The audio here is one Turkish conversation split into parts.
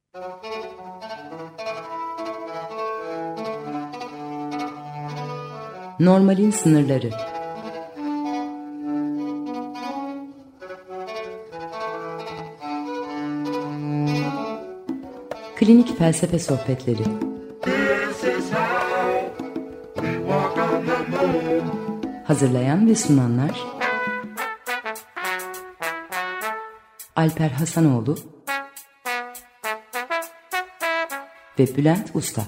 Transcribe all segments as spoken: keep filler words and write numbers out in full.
Normalin sınırları. Klinik felsefe sohbetleri. Hazırlayan ve sunanlar Alper Hasanoğlu ve Bülent Usta.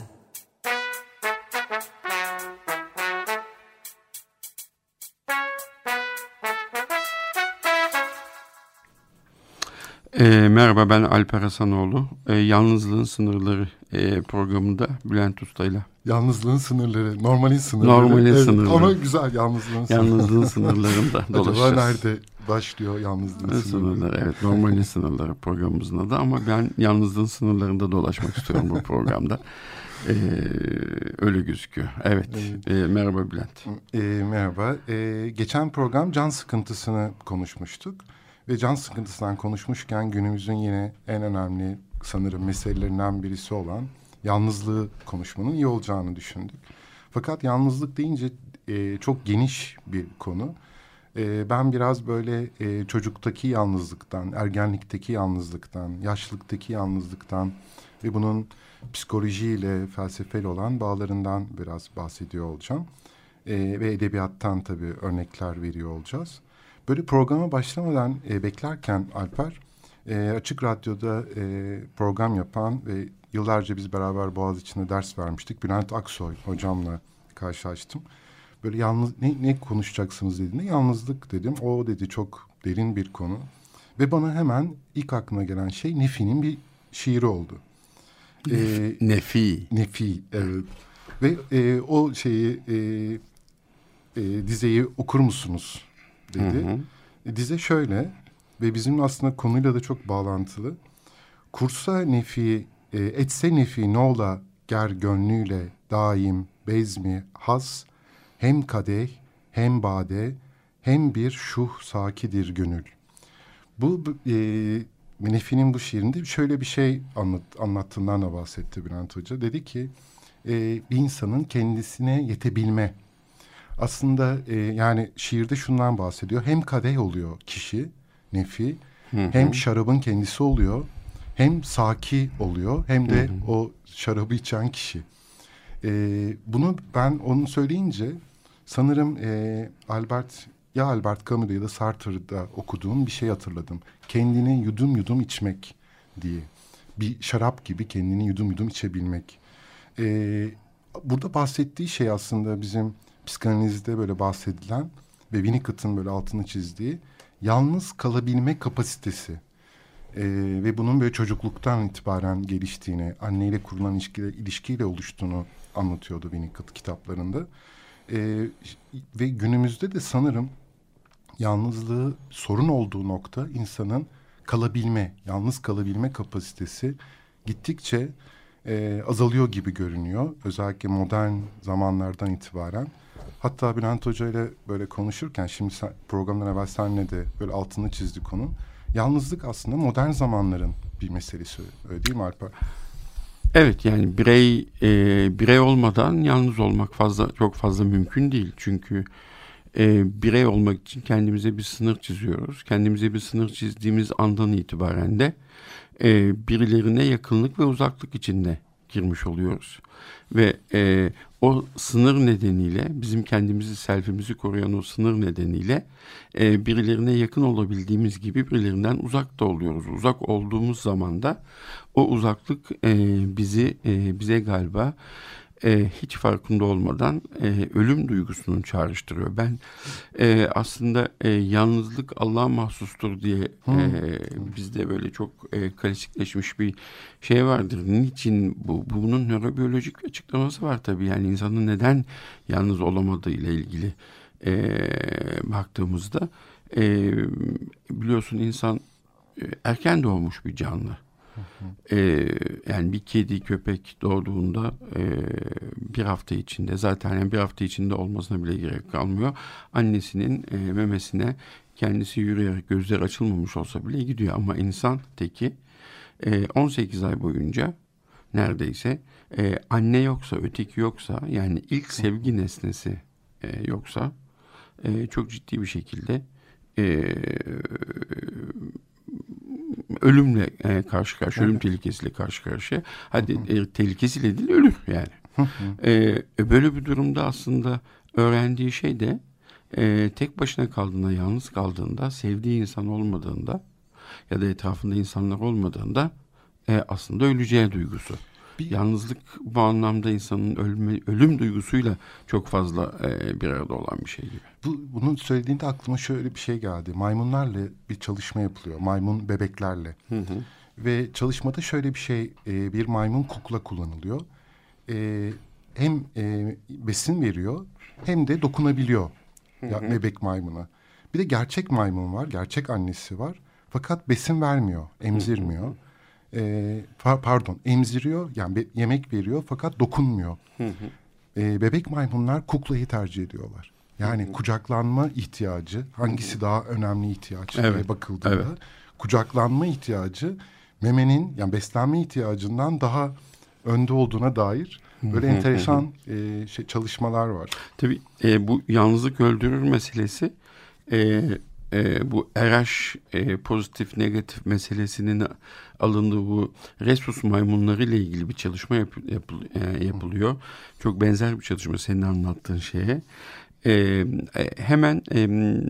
E, merhaba, ben Alper Hasanoğlu. E, Yalnızlığın Sınırları e, programında Bülent Usta'yla. Yalnızlığın sınırları, normalin sınırları. Normalin evet, sınırları. Ama güzel yalnızlığın sınırları. Yalnızlığın sınırlarında dolaşacağız. Acaba nerede başlıyor yalnızlığın sınırları? Sınırları? Evet, normalin sınırları programımızın adı ama ben yalnızlığın sınırlarında dolaşmak istiyorum bu programda. Ee, öyle gözüküyor. Evet. evet. Ee, merhaba Bülent. Ee, merhaba. Ee, geçen program can sıkıntısını konuşmuştuk. Ve can sıkıntısından konuşmuşken günümüzün yine en önemli sanırım meselelerinden birisi olan yalnızlığı konuşmanın iyi olacağını düşündük. Fakat yalnızlık deyince e, çok geniş bir konu. E, ben biraz böyle e, çocuktaki yalnızlıktan, ergenlikteki yalnızlıktan, yaşlılıktaki yalnızlıktan ve bunun psikolojiyle, felsefeyle olan bağlarından biraz bahsediyor olacağım. E, ve edebiyattan tabii örnekler veriyor olacağız. Böyle programa başlamadan e, beklerken Alper, e, Açık Radyo'da e, program yapan ve yıllarca biz beraber Boğaziçi'nde ders vermiştik. Bülent Aksoy hocamla karşılaştım. Böyle yalnız ne, ne konuşacaksınız dediğinde yalnızlık dedim. O dedi çok derin bir konu. Ve bana hemen ilk aklına gelen şey Nefi'nin bir şiiri oldu. Nefi. E, Nefi. Nefi, evet. Ve e, o şeyi e, e, dizeyi okur musunuz dedi. Hı hı. E, dize şöyle ve bizim aslında konuyla da çok bağlantılı. Kursa nefi, e, etse nefi nola ger gönlüyle daim bezmi has, hem kadeh hem bade hem bir şuh sakidir gönül. Bu e, Nefi'nin bu şiirinde şöyle bir şey anlat, anlattığından da bahsetti Bülent Hoca. Dedi ki e, bir insanın kendisine yetebilme. Aslında e, yani şiirde şundan bahsediyor. Hem kadeh oluyor kişi, nefi, hı hı. hem şarabın kendisi oluyor, hem saki oluyor, hem de hı hı. o şarabı içen kişi. E, bunu ben onu söyleyince sanırım e, Albert ya Albert Camus'da ya da Sartre'da okuduğum bir şey hatırladım. Kendini yudum yudum içmek diye. Bir şarap gibi kendini yudum yudum içebilmek. E, burada bahsettiği şey aslında bizim psikanalizde böyle bahsedilen ve Winnicott'ın böyle altını çizdiği yalnız kalabilme kapasitesi ee, ve bunun böyle çocukluktan itibaren geliştiğini, anneyle kurulan ilişkiyle, ilişkiyle oluştuğunu anlatıyordu Winnicott kitaplarında. Ee, ve günümüzde de sanırım yalnızlığı sorun olduğu nokta insanın kalabilme, yalnız kalabilme kapasitesi gittikçe e, azalıyor gibi görünüyor. Özellikle modern zamanlardan itibaren. Hatta Bülent Hoca ile böyle konuşurken şimdi sen, programdan evvel seninle de böyle altını çizdik konu. Yalnızlık aslında modern zamanların bir meselesi, öyle değil mi Alper? Evet, yani birey e, birey olmadan yalnız olmak fazla çok fazla mümkün değil. Çünkü e, birey olmak için kendimize bir sınır çiziyoruz. Kendimize bir sınır çizdiğimiz andan itibaren de e, birilerine yakınlık ve uzaklık içinde girmiş oluyoruz. Ve e, o sınır nedeniyle bizim kendimizi, selfimizi koruyan o sınır nedeniyle e, birilerine yakın olabildiğimiz gibi birilerinden uzak da oluyoruz. Uzak olduğumuz zaman da o uzaklık e, bizi e, bize galiba e, hiç farkında olmadan e, ölüm duygusunu çağrıştırıyor. Ben e, aslında e, yalnızlık Allah'a mahsustur diye e, bizde böyle çok e, klasikleşmiş bir şey vardır. Niçin bu? Bunun nörobiyolojik açıklaması var tabii. Yani insanın neden yalnız olamadığı ile ilgili e, baktığımızda e, biliyorsun insan e, erken doğmuş bir canlı. Ee, yani bir kedi, köpek doğduğunda e, bir hafta içinde zaten yani bir hafta içinde olmasına bile gerek kalmıyor. Annesinin e, memesine kendisi yürüyerek gözleri açılmamış olsa bile gidiyor. Ama insan teki e, on sekiz ay boyunca neredeyse e, anne yoksa, öteki yoksa, yani ilk sevgi nesnesi e, yoksa e, çok ciddi bir şekilde e, ölümle e, karşı karşıya, ölüm tehlikesiyle karşı karşıya. Hadi e, tehlikesiyle değil, ölür yani. e, böyle bir durumda aslında öğrendiği şey de e, tek başına kaldığında, yalnız kaldığında, sevdiği insan olmadığında ya da etrafında insanlar olmadığında e, aslında öleceği duygusu. Bir, Yalnızlık bu anlamda insanın ölme, ölüm duygusuyla çok fazla e, bir arada olan bir şey gibi. Bu, bunu söylediğinde aklıma şöyle bir şey geldi. Maymunlarla bir çalışma yapılıyor. Maymun bebeklerle. Hı hı. Ve çalışmada şöyle bir şey, e, bir maymun kukla kullanılıyor. E, hem e, besin veriyor hem de dokunabiliyor ya, bebek maymuna. Bir de gerçek maymun var, gerçek annesi var. Fakat besin vermiyor, emzirmiyor. Hı hı. E, pardon, emziriyor, yani be, yemek veriyor fakat dokunmuyor. Hı hı. E, bebek maymunlar kuklayı tercih ediyorlar. Yani hı hı. kucaklanma ihtiyacı, hangisi hı hı. daha önemli ihtiyaç diye evet. bakıldığında, evet. kucaklanma ihtiyacı memenin, yani beslenme ihtiyacından daha önde olduğuna dair böyle hı hı. enteresan e, şey, çalışmalar var. Tabii e, bu yalnızlık öldürür meselesi. E, E, bu R H e, pozitif negatif meselesinin alındığı bu rhesus maymunları ile ilgili bir çalışma yap, yap, e, yapılıyor. Çok benzer bir çalışma senin anlattığın şeye. E, e, hemen e,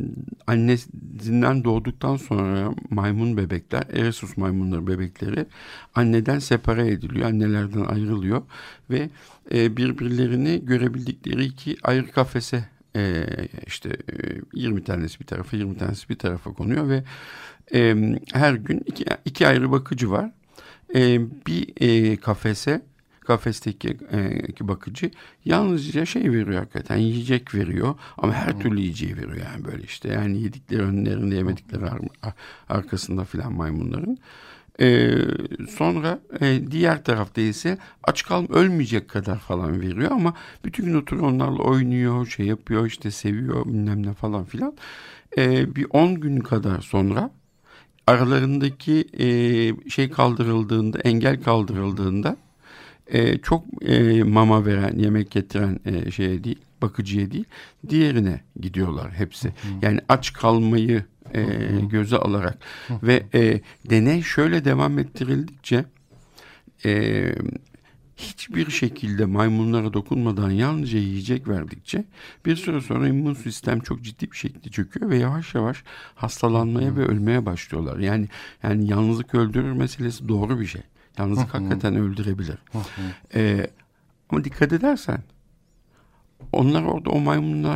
annesinden doğduktan sonra maymun bebekler, rhesus maymunları bebekleri anneden separe ediliyor, annelerden ayrılıyor ve e, birbirlerini görebildikleri iki ayrı kafese Ee, işte e, yirmi tanesi bir tarafa, yirmi tanesi bir tarafa konuyor ve e, her gün iki, iki ayrı bakıcı var. E, bir e, kafese, kafesteki e, bakıcı yalnızca şey veriyor, hakikaten yiyecek veriyor ama her türlü yiyeceği veriyor, yani böyle işte, yani yedikleri önlerinde, yemedikleri ar- arkasında filan maymunların. Ee, sonra e, diğer tarafta ise aç kalm ölmeyecek kadar falan veriyor ama bütün gün oturuyor onlarla, oynuyor, şey yapıyor, işte seviyor bilmem ne falan filan. Ee, bir on gün kadar sonra aralarındaki e, şey kaldırıldığında, engel kaldırıldığında e, çok e, mama veren, yemek getiren e, şeye değil, bakıcıya değil, diğerine gidiyorlar hepsi. Hı hı. Yani aç kalmayı e, göze alarak hı hı. ve e, deney şöyle devam ettirildikçe e, hiçbir şekilde maymunlara dokunmadan yalnızca yiyecek verdikçe bir süre sonra immün sistem çok ciddi bir şekilde çöküyor ve yavaş yavaş hastalanmaya hı hı. ve ölmeye başlıyorlar. Yani yani yalnızlık öldürür meselesi doğru bir şey. Yalnızlık hı hı. hakikaten öldürebilir. Hı hı. E, ama dikkat edersen onlar orada, o maymunlar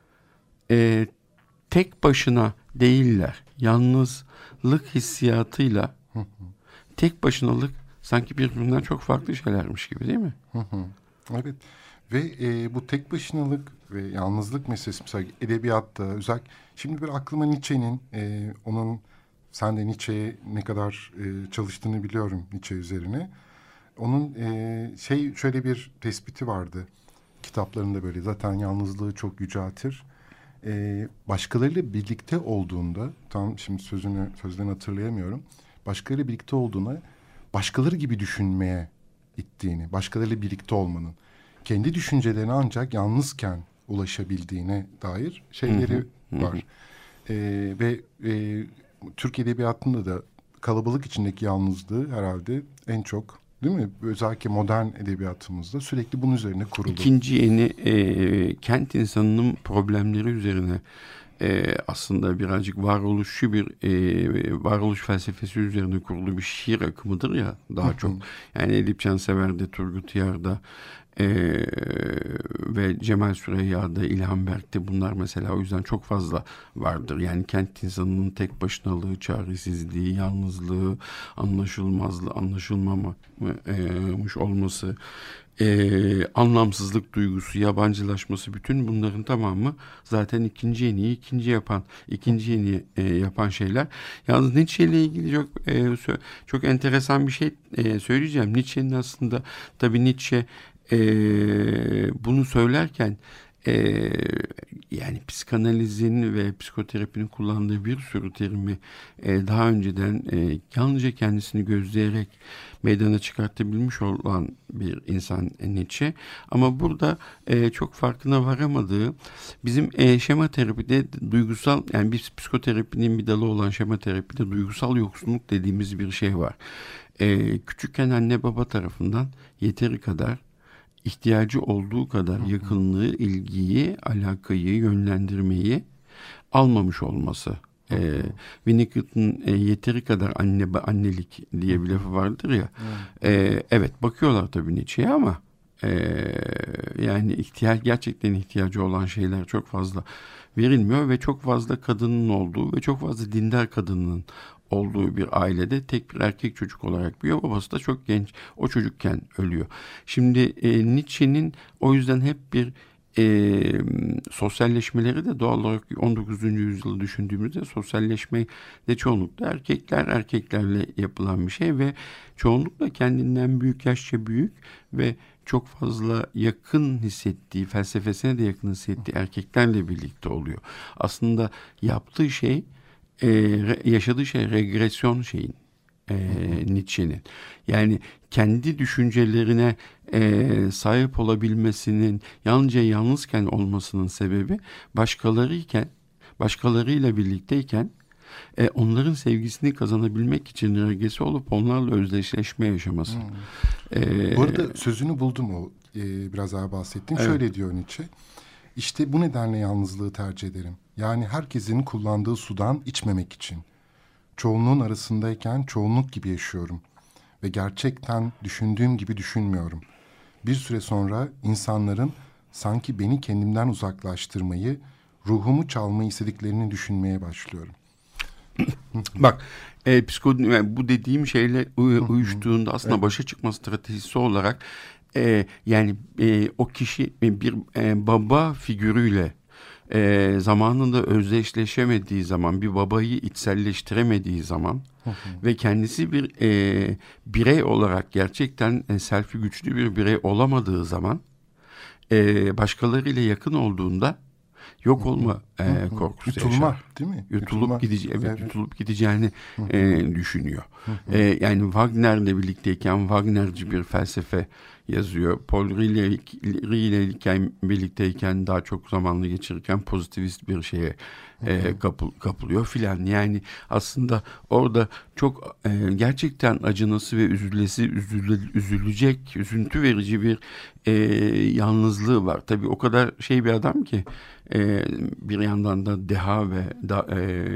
e, tek başına değiller. Yalnızlık hissiyatıyla hı hı. tek başınalık sanki birbirinden çok farklı şeylermiş gibi, değil mi? Hı hı. Evet. Ve e, bu tek başınalık ve yalnızlık meselesi mesela edebiyatta özellikle, şimdi bir aklıma Nietzsche'nin e, onun, sen de Nietzsche'ye ne kadar e, çalıştığını biliyorum, Nietzsche üzerine. Onun e, şey şöyle bir tespiti vardı kitaplarında, böyle zaten yalnızlığı çok yüceltir. Ee, başkalarıyla birlikte olduğunda, tam şimdi sözünü sözlerini hatırlayamıyorum. Başkalarıyla birlikte olduğuna, başkaları gibi düşünmeye ittiğini, başkalarıyla birlikte olmanın, kendi düşüncelerine ancak yalnızken ulaşabildiğine dair şeyleri hı hı, var. Hı. Ee, ve e, Türk Edebiyatı'nda da kalabalık içindeki yalnızlığı herhalde en çok, değil mi? Özellikle modern edebiyatımızda sürekli bunun üzerine kurulu. İkinci yeni e, kent insanının problemleri üzerine e, aslında birazcık varoluşçu bir e, varoluş felsefesi üzerine kurulu bir şiir akımıdır ya daha çok. Yani Edip Cansever'de, Turgut Uyar'da e, ve Cemal Süreyya'da, İlhan Berk'te bunlar mesela o yüzden çok fazla vardır. Yani kent insanının tek başınalığı, çaresizliği, yalnızlığı, anlaşılmazlığı, anlaşılmamış olması, Ee, anlamsızlık duygusu, yabancılaşması, bütün bunların tamamı zaten ikinci yeniyi ikinci yapan, ikinci yeni e, yapan şeyler. Yalnız Nietzsche ile ilgili çok e, çok enteresan bir şey e, söyleyeceğim. Nietzsche'nin aslında, tabii Nietzsche e, bunu söylerken e, yani psikanalizin ve psikoterapinin kullandığı bir sürü terimi e, daha önceden e, yalnızca kendisini gözleyerek meydana çıkartabilmiş olan bir insan Nietzsche. Ama burada e, çok farkına varamadığı, bizim e, şema terapide duygusal, yani bir psikoterapinin bir dalı olan şema terapide duygusal yoksunluk dediğimiz bir şey var. E, küçükken anne baba tarafından yeteri kadar, ihtiyacı olduğu kadar yakınlığı, ilgiyi, alakayı, yönlendirmeyi almamış olması. Ee, Winnicott'ın e, yeteri kadar anne annelik diye bir lafı vardır ya. E, evet, bakıyorlar tabii Nietzsche'ye ama e, yani ihtiyaç, gerçekten ihtiyacı olan şeyler çok fazla verilmiyor ve çok fazla kadının olduğu ve çok fazla dindar kadının olduğu bir ailede tek bir erkek çocuk olarak büyüyor. Babası da çok genç, o çocukken ölüyor. Şimdi e, Nietzsche'nin o yüzden hep bir e, sosyalleşmeleri de doğal olarak on dokuzuncu yüzyılı düşündüğümüzde sosyalleşme de çoğunlukla erkekler erkeklerle yapılan bir şey ve çoğunlukla kendinden büyük, yaşça büyük ve çok fazla yakın hissettiği, felsefesine de yakın hissettiği erkeklerle birlikte oluyor. Aslında yaptığı şey, Ee, yaşadığı şey regresyon şeyin, e, Nietzsche'nin. Yani kendi düşüncelerine e, sahip olabilmesinin yalnızca yalnızken olmasının sebebi başkalarıyken, başkalarıyla birlikteyken e, onların sevgisini kazanabilmek için regresi olup onlarla özdeşleşme yaşaması. Hmm. Ee, Bu arada sözünü buldum o e, biraz daha bahsettiğim. Evet. Şöyle diyor Nietzsche. İşte bu nedenle yalnızlığı tercih ederim. Yani herkesin kullandığı sudan içmemek için. Çoğunluğun arasındayken çoğunluk gibi yaşıyorum. Ve gerçekten düşündüğüm gibi düşünmüyorum. Bir süre sonra insanların sanki beni kendimden uzaklaştırmayı, ruhumu çalmayı istediklerini düşünmeye başlıyorum. Bak, e, psiko, yani bu dediğim şeyle uy- uyuştuğunda aslında evet. başa çıkma stratejisi olarak e, yani e, o kişi bir e, baba figürüyle e, zamanında özdeşleşemediği zaman, bir babayı içselleştiremediği zaman hı hı. ve kendisi bir e, birey olarak gerçekten e, selfie güçlü bir birey olamadığı zaman e, başkalarıyla yakın olduğunda yok olma e, korkusu Yutulma, yaşar. Değil mi? Yutulup Yutulma. gidece evet, evet. yutulup gideceğini hı hı. E, düşünüyor. Hı hı. E, yani Wagner'le birlikteyken Wagnerci bir felsefe yazıyor. Paul Rilke'yle birlikteyken, daha çok zamanlı geçirirken pozitivist bir şeye e, kapıl, kapılıyor filan. Yani aslında orada çok e, gerçekten acınası ve üzülesi, üzüle, üzülecek, üzüntü verici bir e, yalnızlığı var. Tabii o kadar şey bir adam ki e, bir yandan da deha ve da, e,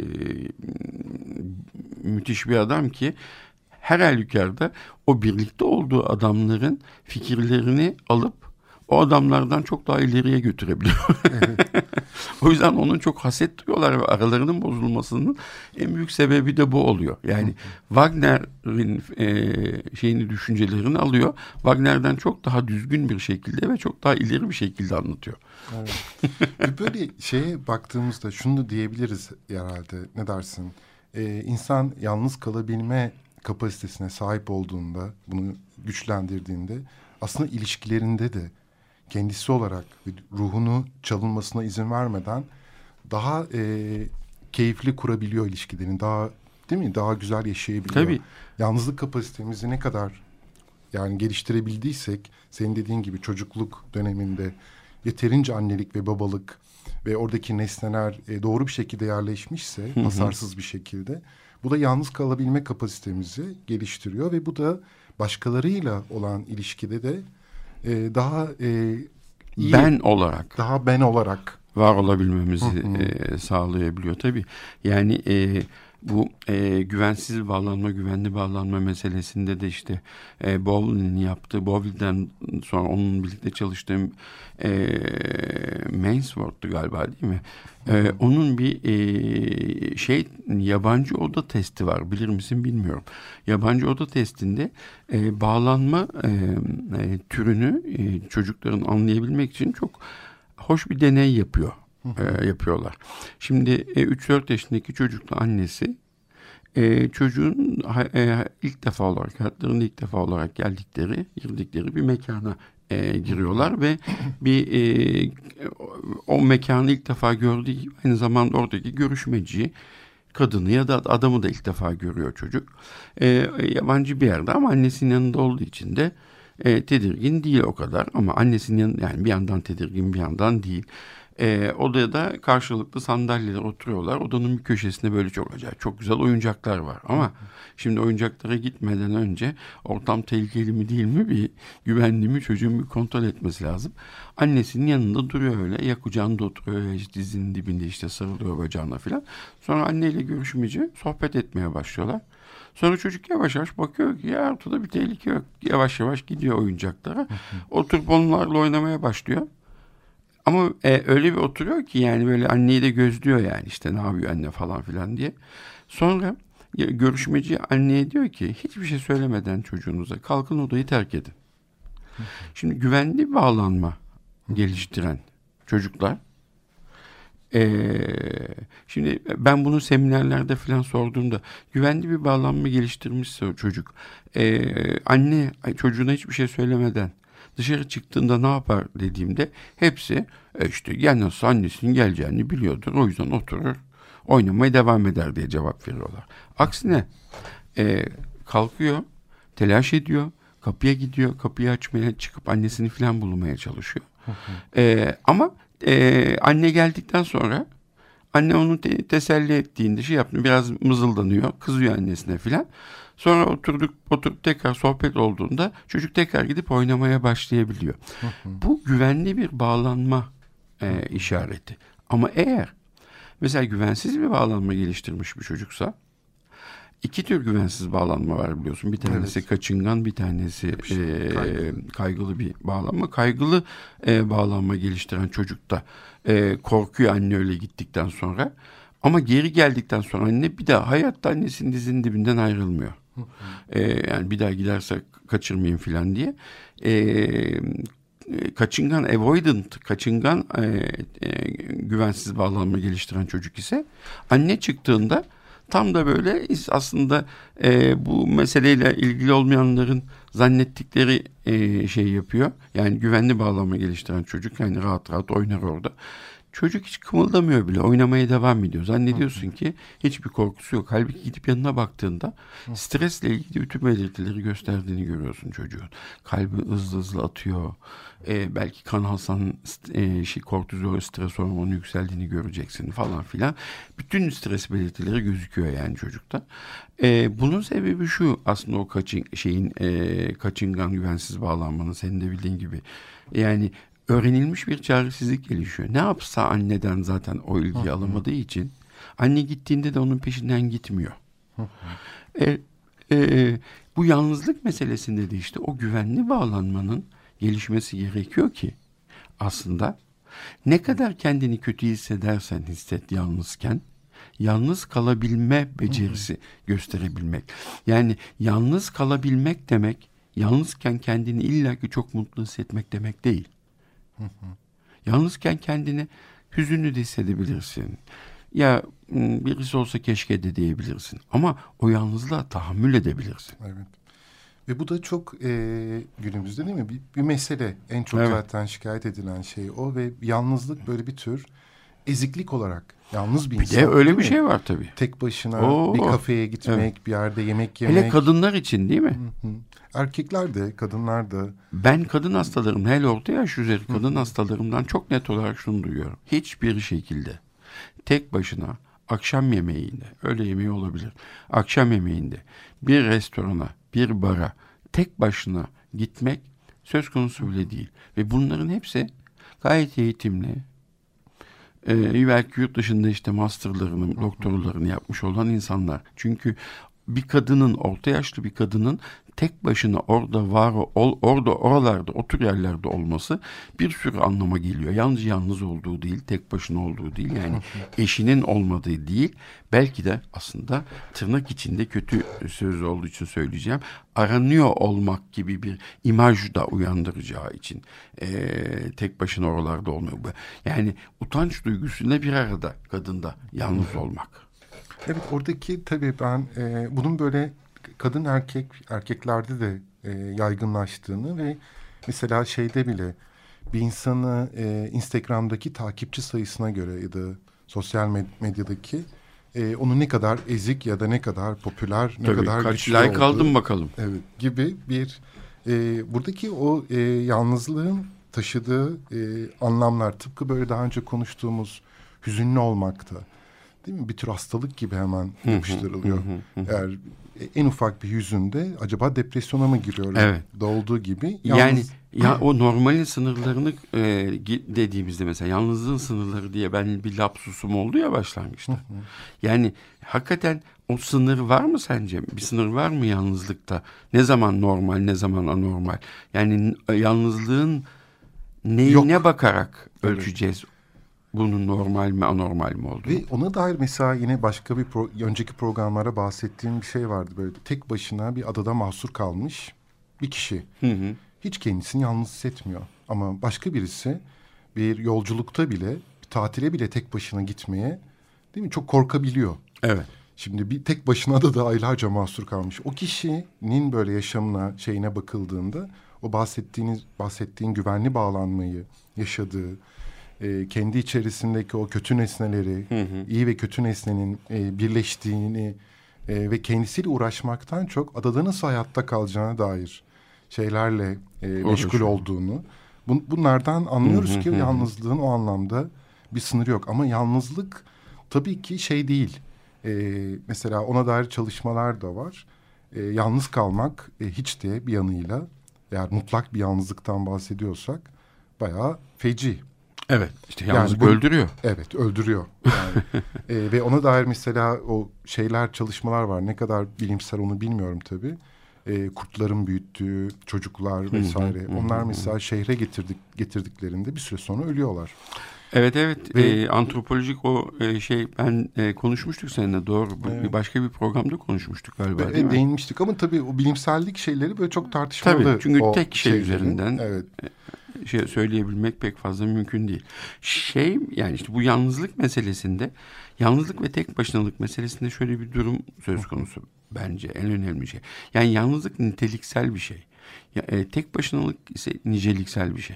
müthiş bir adam ki her halükarda o birlikte olduğu adamların fikirlerini alıp o adamlardan çok daha ileriye götürebiliyor. Evet. O yüzden onun çok haset duyuyorlar ve aralarının bozulmasının en büyük sebebi de bu oluyor. Yani Wagner'in e, şeyini, düşüncelerini alıyor. Wagner'den çok daha düzgün bir şekilde ve çok daha ileri bir şekilde anlatıyor. Evet. Böyle şeye baktığımızda şunu da diyebiliriz herhalde. Ne dersin? Ee, insan yalnız kalabilme kapasitesine sahip olduğunda, bunu güçlendirdiğinde aslında ilişkilerinde de kendisi olarak ruhunu çalınmasına izin vermeden daha e, keyifli kurabiliyor ilişkilerini. Daha, değil mi? Daha güzel yaşayabiliyor. Tabii. Yalnızlık kapasitemizi ne kadar yani geliştirebildiysek, senin dediğin gibi çocukluk döneminde yeterince annelik ve babalık ve oradaki nesneler e, doğru bir şekilde yerleşmişse, hı hı. hasarsız bir şekilde, bu da yalnız kalabilme kapasitemizi geliştiriyor ve bu da başkalarıyla olan ilişkide de e, daha e, iyi, ben olarak, daha ben olarak var olabilmemizi e, sağlayabiliyor tabii. Yani e, bu e, güvensiz bağlanma, güvenli bağlanma meselesinde de işte e, Bowles'in yaptığı, Bowles'den sonra onun birlikte çalıştığım e, Mainsworth'tu galiba, değil mi? E, onun bir e, şey yabancı oda testi var, bilir misin bilmiyorum. Yabancı oda testinde e, bağlanma e, e, türünü e, çocukların anlayabilmek için çok hoş bir deney yapıyor. E, yapıyorlar. Şimdi e, üç dört yaşındaki çocukla annesi e, çocuğun e, ilk defa olarak, hayatlarında ilk defa olarak geldikleri, girdikleri bir mekana e, giriyorlar ve bir e, o mekanı ilk defa gördüğü gibi aynı zamanda oradaki görüşmeci kadını ya da adamı da ilk defa görüyor çocuk. E, yabancı bir yerde ama annesinin yanında olduğu için de e, tedirgin değil o kadar. Ama annesinin yanında, yani bir yandan tedirgin bir yandan değil. E, odada karşılıklı sandalyeler oturuyorlar. Odanın bir köşesinde böyle çok acayip, çok güzel oyuncaklar var. Ama şimdi oyuncaklara gitmeden önce ortam tehlikeli mi değil mi, bir güvenli mi, çocuğun bir kontrol etmesi lazım. Annesinin yanında duruyor öyle. Ya kucağında oturuyor ya işte dizinin dibinde işte sarılıyor bacağına falan. Sonra anneyle görüşmeci sohbet etmeye başlıyorlar. Sonra çocuk yavaş yavaş bakıyor ki ya ortada bir tehlike yok. Yavaş yavaş gidiyor oyuncaklara. Oturup onlarla oynamaya başlıyor. Ama e, öyle bir oturuyor ki yani böyle anneyi de gözlüyor yani işte ne yapıyor anne falan filan diye. Sonra görüşmeci anneye diyor ki hiçbir şey söylemeden çocuğunuza kalkın odayı terk edin. Şimdi güvenli bağlanma geliştiren çocuklar, e, şimdi ben bunu seminerlerde falan sorduğumda güvenli bir bağlanma geliştirmişse o çocuk, e, anne çocuğuna hiçbir şey söylemeden dışarı çıktığında ne yapar dediğimde hepsi e işte ya nasıl annesinin geleceğini biliyordur, o yüzden oturur oynamaya devam eder diye cevap veriyorlar. Aksine e, kalkıyor, telaş ediyor, kapıya gidiyor, kapıyı açmaya çıkıp annesini falan bulmaya çalışıyor. e, ama e, anne geldikten sonra anne onu te- teselli ettiğinde şey yapıyor, biraz mızıldanıyor, kızıyor annesine falan. Sonra oturduk, oturup tekrar sohbet olduğunda çocuk tekrar gidip oynamaya başlayabiliyor. Bu güvenli bir bağlanma e, işareti. Ama eğer mesela güvensiz bir bağlanma geliştirmiş bir çocuksa, iki tür güvensiz bağlanma var biliyorsun. Bir tanesi evet. kaçıngan, bir tanesi e, kaygılı. kaygılı bir bağlanma. Kaygılı e, bağlanma geliştiren çocukta e, korkuyor anne öyle gittikten sonra. Ama geri geldikten sonra anne bir daha hayatta annesinin dizinin dibinden ayrılmıyor. Ee, yani bir daha giderse kaçırmayayım falan diye. Ee, kaçıngan, avoidant, kaçıngan e, e, güvensiz bağlanma geliştiren çocuk ise anne çıktığında tam da böyle aslında e, bu meseleyle ilgili olmayanların zannettikleri e, şey yapıyor. Yani güvenli bağlanma geliştiren çocuk yani rahat rahat oynar orada. Çocuk hiç kımıldamıyor bile. Oynamaya devam ediyor. Zannediyorsun ki hiçbir korkusu yok. Halbuki gidip yanına baktığında stresle ilgili bütün belirtileri gösterdiğini görüyorsun çocuğun. Kalbi hızlı hızlı atıyor. Ee, belki kan alsan e, şey, kortizol, stres hormonu yükseldiğini göreceksin falan filan. Bütün stres belirtileri gözüküyor yani çocukta. Ee, bunun sebebi şu aslında o kaçın, şeyin e, kaçıngan güvensiz bağlanmanın senin de bildiğin gibi. Yani öğrenilmiş bir çaresizlik gelişiyor. Ne yapsa anneden zaten o ilgiyi alamadığı için anne gittiğinde de onun peşinden gitmiyor. e, e, bu yalnızlık meselesinde de işte o güvenli bağlanmanın gelişmesi gerekiyor ki aslında ne kadar kendini kötü hissedersen hisset yalnızken yalnız kalabilme becerisi gösterebilmek. Yani yalnız kalabilmek demek yalnızken kendini illaki çok mutlu hissetmek demek değil. Hı hı. Yalnızken kendini hüzünlü de hissedebilirsin. Ya birisi olsa keşke de diyebilirsin. Ama o yalnızlığa tahammül edebilirsin. Evet. Ve bu da çok e, günümüzde değil mi? Bir, bir mesele. En çok evet. zaten şikayet edilen şey o ve yalnızlık böyle bir tür eziklik olarak. Yalnız bir, bir insan. Bir de öyle bir şey var tabii. Tek başına Oo, bir kafeye gitmek, evet. bir yerde yemek yemek. Hele kadınlar için değil mi? Hı hı. Erkekler de, kadınlar da. Ben kadın hastalarım, hele orta yaş üzeri kadın hı. hastalarımdan çok net olarak şunu duyuyorum. Hiçbir şekilde tek başına akşam yemeğinde, öğle yemeği olabilir, akşam yemeğinde bir restorana, bir bara tek başına gitmek söz konusu bile değil. Ve bunların hepsi gayet eğitimli, Ee, belki yurt dışında işte masterlarını, doktorlarını yapmış olan insanlar. Çünkü bir kadının, orta yaşlı bir kadının tek başına orada var, ol, orada oralarda, otur yerlerde olması bir sürü anlama geliyor. Yalnız yalnız olduğu değil, tek başına olduğu değil. Yani eşinin olmadığı değil. Belki de aslında tırnak içinde kötü söz olduğu için söyleyeceğim. Aranıyor olmak gibi bir imaj da uyandıracağı için ee, tek başına oralarda olmuyor. Yani utanç duygusuyla bir arada kadında yalnız olmak. Evet, oradaki tabii ben e, bunun böyle kadın erkek erkeklerde de e, yaygınlaştığını ve mesela şeyde bile bir insanı e, Instagram'daki takipçi sayısına göre ya da sosyal med- medyadaki e, onu ne kadar ezik ya da ne kadar popüler, ne Tabii, kadar kaç güçlü like olduğu, aldın bakalım. Evet, gibi bir e, buradaki o e, yalnızlığın taşıdığı e, anlamlar tıpkı böyle daha önce konuştuğumuz hüzünlü olmakta, değil mi? Bir tür hastalık gibi hemen yapıştırılıyor. Eğer en ufak bir hüzünde acaba depresyona mı giriyoruz? Evet. Olduğu gibi. Yalnız... Yani ya o normalin sınırlarını e, dediğimizde mesela yalnızlığın sınırları diye ben bir lapsusum oldu ya başlangıçta. Yani hakikaten o sınır var mı sence? Bir sınır var mı yalnızlıkta? Ne zaman normal, ne zaman anormal? Yani yalnızlığın neyine Yok. bakarak evet. ölçeceğiz? Bunun normal mi anormal mi olduğunu. Ve ona dair mesela yine başka bir pro, önceki programlara bahsettiğim bir şey vardı. Böyle tek başına bir adada mahsur kalmış bir kişi. Hı hı. Hiç kendisini yalnız hissetmiyor. Ama başka birisi bir yolculukta bile, bir tatile bile tek başına gitmeye, değil mi, çok korkabiliyor. Evet. Şimdi bir tek başına adada aylarca mahsur kalmış. O kişinin böyle yaşamına, şeyine bakıldığında o bahsettiğiniz bahsettiğin güvenli bağlanmayı yaşadığı, E, kendi içerisindeki o kötü nesneleri, hı hı. iyi ve kötü nesnenin e, birleştiğini e, ve kendisiyle uğraşmaktan çok adada nasıl hayatta kalacağına dair şeylerle e, meşgul olduğunu. Bun, bunlardan anlıyoruz hı hı, ki hı. yalnızlığın o anlamda bir sınırı yok. Ama yalnızlık tabii ki şey değil. E, mesela ona dair çalışmalar da var. E, yalnız kalmak e, hiç de bir yanıyla, eğer mutlak bir yalnızlıktan bahsediyorsak, bayağı feci. Evet, işte yalnızlık yani bu, öldürüyor. Evet, öldürüyor. Yani. e, ve ona dair mesela o şeyler, çalışmalar var. Ne kadar bilimsel onu bilmiyorum tabii. E, kurtların büyüttüğü çocuklar vesaire. Hı hı, Onlar hı, mesela hı. şehre getirdik getirdiklerinde bir süre sonra ölüyorlar. Evet evet. Ve, e, antropolojik o e, şey ben e, konuşmuştuk seninle, doğru. Evet. Bir başka bir programda konuşmuştuk galiba. Ve, değil mi? Değinmiştik ama tabii o bilimsellik şeyleri böyle çok tartışmalı. Tabii, çünkü o tek şey şeylerin, üzerinden. Evet. Şey söyleyebilmek pek fazla mümkün değil. Şey, yani işte bu yalnızlık meselesinde, yalnızlık ve tek başınalık meselesinde şöyle bir durum söz konusu bence, en önemli şey. Yani yalnızlık niteliksel bir şey. Ya, e, tek başınalık ise niceliksel bir şey.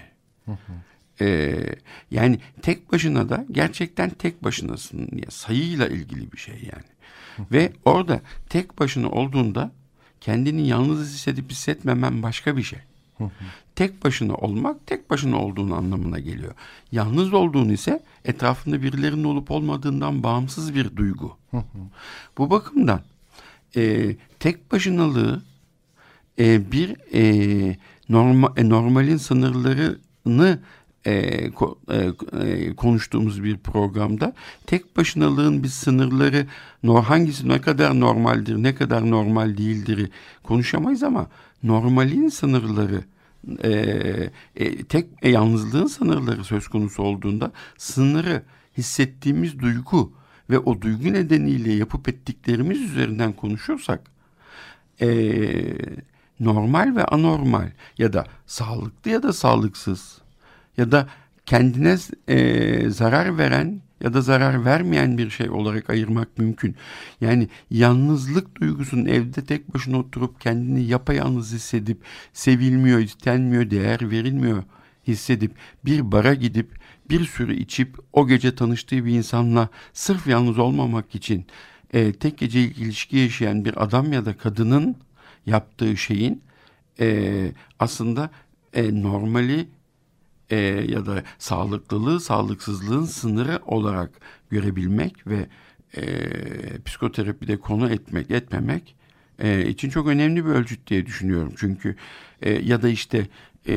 e, yani tek başına da gerçekten tek başınasın, ya, sayıyla ilgili bir şey yani. Ve orada tek başına olduğunda kendini yalnız hissedip hissetmemen başka bir şey. Tek başına olmak, tek başına olduğun anlamına geliyor. Yalnız olduğun ise etrafında birilerinin olup olmadığından bağımsız bir duygu. Bu bakımdan e, tek başınalığı e, bir e, norma, e, normalin sınırlarını e, ko, e, konuştuğumuz bir programda tek başınalığın bir sınırları, no, hangisi ne kadar normaldir, ne kadar normal değildir konuşamayız ama normalin sınırları, e, e, tek e, yalnızlığın sınırları söz konusu olduğunda sınırı hissettiğimiz duygu ve o duygu nedeniyle yapıp ettiklerimiz üzerinden konuşursak e, normal ve anormal ya da sağlıklı ya da sağlıksız ya da kendine e, zarar veren ya da zarar vermeyen bir şey olarak ayırmak mümkün. Yani yalnızlık duygusunun evde tek başına oturup kendini yapayalnız hissedip sevilmiyor, istenmiyor, değer verilmiyor hissedip bir bara gidip bir sürü içip o gece tanıştığı bir insanla sırf yalnız olmamak için e, tek gecelik ilişki yaşayan bir adam ya da kadının yaptığı şeyin e, aslında e, normali E, ya da sağlıklılığı, sağlıksızlığın sınırı olarak görebilmek ve e, psikoterapide konu etmek, etmemek e, için çok önemli bir ölçüt diye düşünüyorum. Çünkü e, ya da işte e,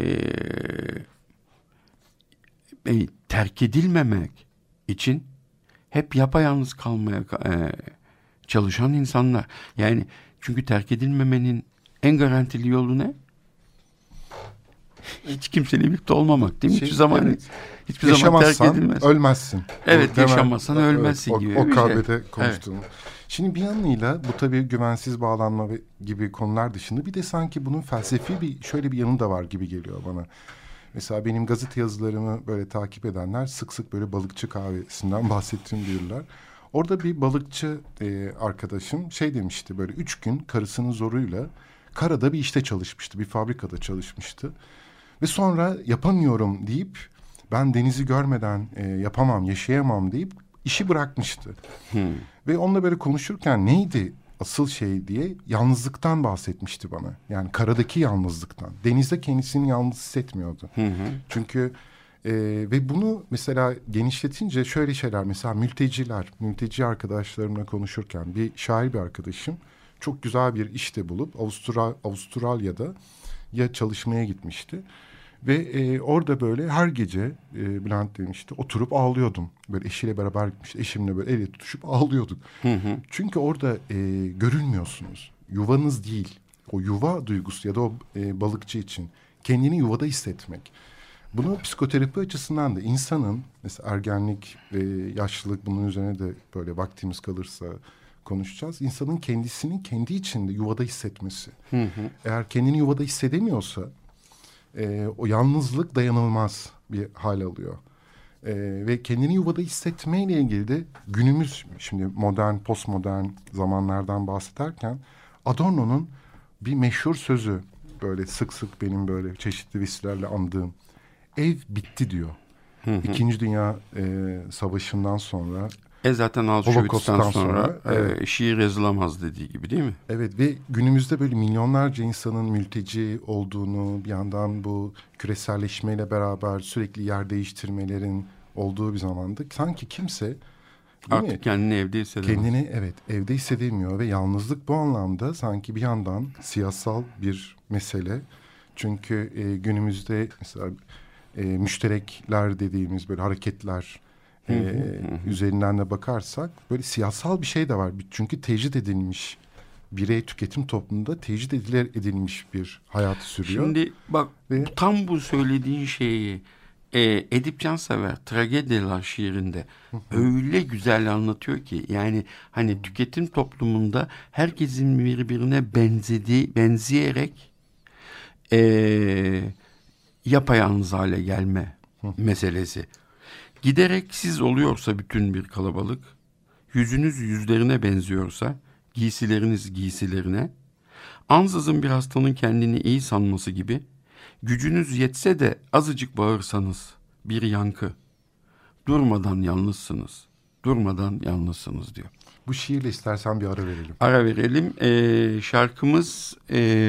e, terk edilmemek için hep yapayalnız kalmaya e, çalışan insanlar. Yani çünkü terk edilmemenin en garantili yolu ne? Hiç kimseyle birlikte olmamak, değil mi? Şey, hiçbir zaman evet. hiçbir zaman terk edilmez. Ölmezsin. Evet, o, yaşamazsan hemen, ölmezsin evet, gibi. O, o kahvede şey. konuştuğumuz. Evet. Şimdi bir yanıyla bu tabii güvensiz bağlanma gibi konular dışında bir de sanki bunun felsefi bir şöyle bir yanı da var gibi geliyor bana. Mesela benim gazete yazılarımı böyle takip edenler sık sık böyle balıkçı kahvesinden bahsettiğimi bilirler. Orada bir balıkçı e, arkadaşım şey demişti, böyle üç gün karısının zoruyla karada bir işte çalışmıştı. Bir fabrikada çalışmıştı. Ve sonra yapamıyorum deyip ben denizi görmeden e, yapamam, yaşayamam deyip işi bırakmıştı. Hmm. Ve onunla böyle konuşurken neydi asıl şey diye yalnızlıktan bahsetmişti bana. Yani karadaki yalnızlıktan. Denizde kendisini yalnız hissetmiyordu. Hı hı. Çünkü e, ve bunu mesela genişletince şöyle şeyler, mesela mülteciler, mülteci arkadaşlarımla konuşurken bir şair bir arkadaşım çok güzel bir işte bulup Avustra, Avustralya'da ya çalışmaya gitmişti. Ve e, orada böyle her gece e, Bülent demişti oturup ağlıyordum. Böyle eşiyle beraber gitmişti. Eşimle böyle el tutuşup ağlıyorduk. Hı hı. Çünkü orada e, görülmüyorsunuz. Yuvanız değil. O yuva duygusu ya da o e, balıkçı için kendini yuvada hissetmek. Bunu psikoterapi açısından da insanın mesela ergenlik ve yaşlılık, bunun üzerine de böyle vaktimiz kalırsa konuşacağız. İnsanın kendisini kendi içinde yuvada hissetmesi. Hı hı. Eğer kendini yuvada hissedemiyorsa e, o yalnızlık dayanılmaz bir hal alıyor. E, ve kendini yuvada hissetmeyle ilgili de günümüz, şimdi modern, postmodern zamanlardan bahsederken Adorno'nun bir meşhur sözü, böyle sık sık benim böyle çeşitli vesilelerle andığım, ev bitti diyor. Hı hı. İkinci Dünya e, Savaşı'ndan sonra, E zaten Auschwitz'ten sonra, sonra evet. e, şiir yazılamaz dediği gibi değil mi? Evet ve günümüzde böyle milyonlarca insanın mülteci olduğunu, bir yandan bu küreselleşmeyle beraber sürekli yer değiştirmelerin olduğu bir zamanda sanki kimse artık mi? kendini evde hissedemiyor. Kendini evet evde hissedemiyor ve yalnızlık bu anlamda sanki bir yandan siyasal bir mesele. Çünkü e, günümüzde mesela e, müşterekler dediğimiz böyle hareketler Hı hı, ee, hı. üzerinden de bakarsak böyle siyasal bir şey de var. Çünkü tecrit edilmiş, birey tüketim toplumunda tecrit edilir, edilmiş bir hayat sürüyor. Şimdi bak Ve, tam bu söylediğin şeyi e, Edip Cansever Tragedyalar şiirinde hı hı. öyle güzel anlatıyor ki, yani hani tüketim toplumunda herkesin birbirine benzediği, benzeyerek e, yapayalnız hale gelme hı. meselesi. Giderek siz oluyorsa bütün bir kalabalık, yüzünüz yüzlerine benziyorsa, giysileriniz giysilerine, ansızın bir hastanın kendini iyi sanması gibi, gücünüz yetse de azıcık bağırsanız bir yankı, durmadan yalnızsınız, durmadan yalnızsınız diyor. Bu şiirle istersen bir ara verelim. Ara verelim. Ee, şarkımız e,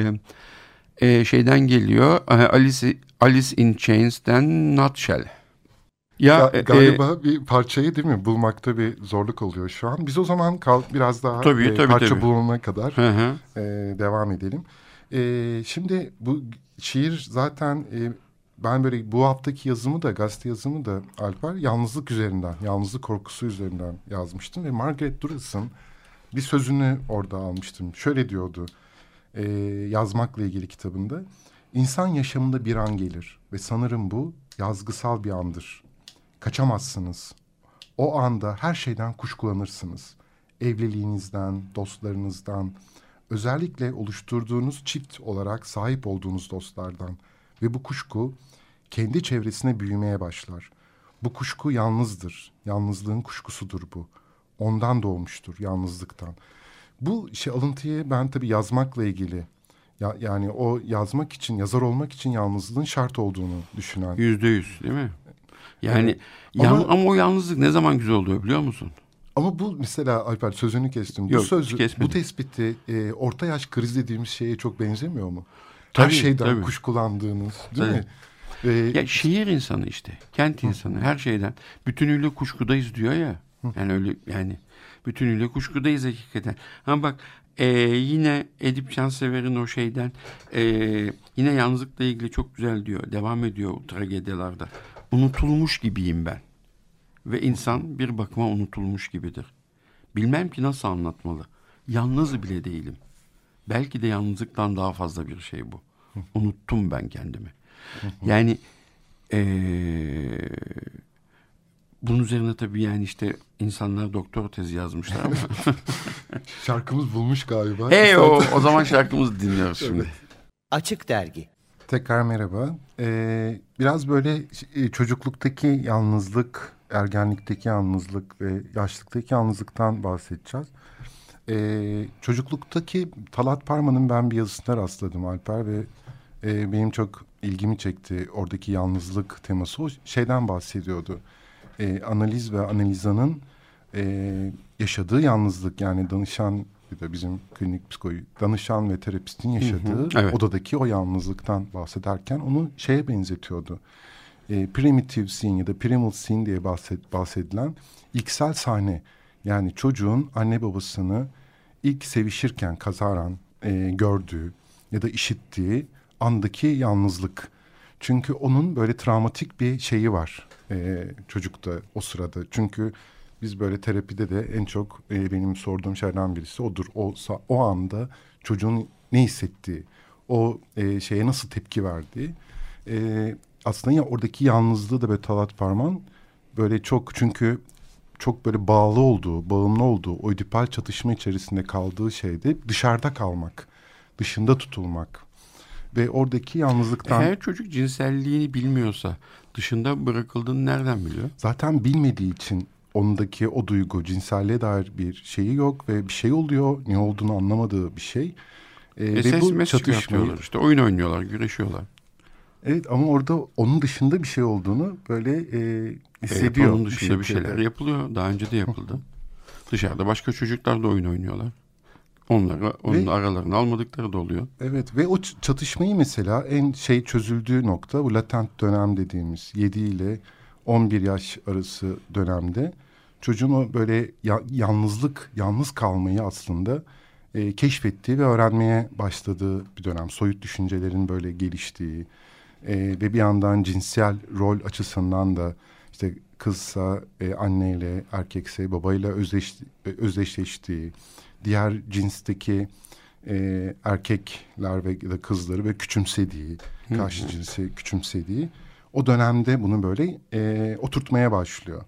e, şeyden geliyor, Alice, Alice in Chains'ten Nutshell. Ya, ya galiba e, bir parçayı değil mi bulmakta bir zorluk oluyor şu an. Biz o zaman kal, biraz daha tabii, e, tabii, parça tabii. bulunana kadar hı hı. E, devam edelim. E, şimdi bu şiir zaten e, ben böyle bu haftaki yazımı da, gazete yazımı da Alper yalnızlık üzerinden, yalnızlık korkusu üzerinden yazmıştım. Ve Margaret Duras'ın bir sözünü orada almıştım. Şöyle diyordu e, yazmakla ilgili kitabında. İnsan yaşamında bir an gelir ve sanırım bu yazgısal bir andır. Kaçamazsınız. O anda her şeyden kuşkulanırsınız. Evliliğinizden, dostlarınızdan, özellikle oluşturduğunuz çift olarak sahip olduğunuz dostlardan. Ve bu kuşku kendi çevresine büyümeye başlar. Bu kuşku yalnızdır. Yalnızlığın kuşkusudur bu. Ondan doğmuştur, yalnızlıktan. Bu şey alıntıyı ben tabii yazmakla ilgili, ya, yani o yazmak için, yazar olmak için yalnızlığın şart olduğunu düşünen. Yüzde yüz değil mi? Yani evet. yan, ama, ama o yalnızlık ne zaman güzel oluyor biliyor musun? Ama bu mesela Alper sözünü kestim. Yok, bu sözü, bu tespiti e, orta yaş kriz dediğimiz şeye çok benzemiyor mu? Tabii, her şeyden tabii. kuşkulandığınız değil tabii. mi? Ee, ya şehir insanı işte, kent insanı hı. her şeyden bütünüyle kuşkudayız diyor ya. Hı. Yani öyle yani bütünüyle kuşkudayız hakikaten. Ama bak e, yine Edip Cansever'in o şeyden e, yine yalnızlıkla ilgili çok güzel diyor. Devam ediyor o tragedyalarda. Unutulmuş gibiyim ben. Ve insan bir bakıma unutulmuş gibidir. Bilmem ki nasıl anlatmalı. Yalnız bile değilim. Belki de yalnızlıktan daha fazla bir şey bu. Unuttum ben kendimi. Yani ee, bunun üzerine tabii yani işte insanlar doktor tezi yazmışlar ama. Şarkımız bulmuş galiba. Hey o, o zaman şarkımızı dinliyoruz şimdi. Evet. Açık Dergi. Tekrar merhaba. Ee, biraz böyle çocukluktaki yalnızlık, ergenlikteki yalnızlık ve yaşlıktaki yalnızlıktan bahsedeceğiz. e, çocukluktaki Talat Parman'ın ben bir yazısına rastladım Alper ve e, benim çok ilgimi çekti. Oradaki yalnızlık teması o şeyden bahsediyordu. E, analiz ve analizanın e, yaşadığı yalnızlık, yani danışan bir de bizim klinik psikoloji danışan ve terapistin yaşadığı hı hı, evet. odadaki o yalnızlıktan bahsederken onu şeye benzetiyordu. E, primitive scene ya da primal scene diye bahsed, bahsedilen ilksel sahne. Yani çocuğun anne babasını ilk sevişirken kazaran e, gördüğü ya da işittiği andaki yalnızlık. Çünkü onun böyle travmatik bir şeyi var e, çocukta o sırada. Çünkü biz böyle terapide de en çok e, benim sorduğum şeylerden birisi odur. O, o anda çocuğun ne hissettiği, o e, şeye nasıl tepki verdiği. E, aslında ya oradaki yalnızlığı da böyle Talat Parman böyle çok, çünkü çok böyle bağlı olduğu, bağımlı olduğu, o ödipal çatışma içerisinde kaldığı şeyde dışarıda kalmak, dışında tutulmak. Ve oradaki yalnızlıktan... Eğer çocuk cinselliğini bilmiyorsa dışında bırakıldığını nereden biliyor? Zaten bilmediği için ondaki o duygu, cinselliğe dair bir şeyi yok ve bir şey oluyor, ne olduğunu anlamadığı bir şey. Ee, e ve bu çatışmayı... işte oyun oynuyorlar, güreşiyorlar. Evet, ama orada onun dışında bir şey olduğunu böyle e, hissediyor. E, onun dışında bir, bir şeyler yapılıyor. Daha önce de yapıldı. Dışarıda başka çocuklar da oyun oynuyorlar. Onlara, onun ve, aralarını almadıkları da oluyor. Evet ve o çatışmayı mesela en şey çözüldüğü nokta bu latent dönem dediğimiz yedi ile on bir yaş arası dönemde çocuğun o böyle ya, yalnızlık, yalnız kalmayı aslında e, keşfettiği ve öğrenmeye başladığı bir dönem. Soyut düşüncelerin böyle geliştiği e, ve bir yandan cinsel rol açısından da işte kızsa e, anneyle, erkekse babayla özdeş, özdeşleştiği, diğer cinsteki e, erkekler ve ya da kızları ve küçümsediği, karşı hmm. cinsi küçümsediği o dönemde bunu böyle e, oturtmaya başlıyor.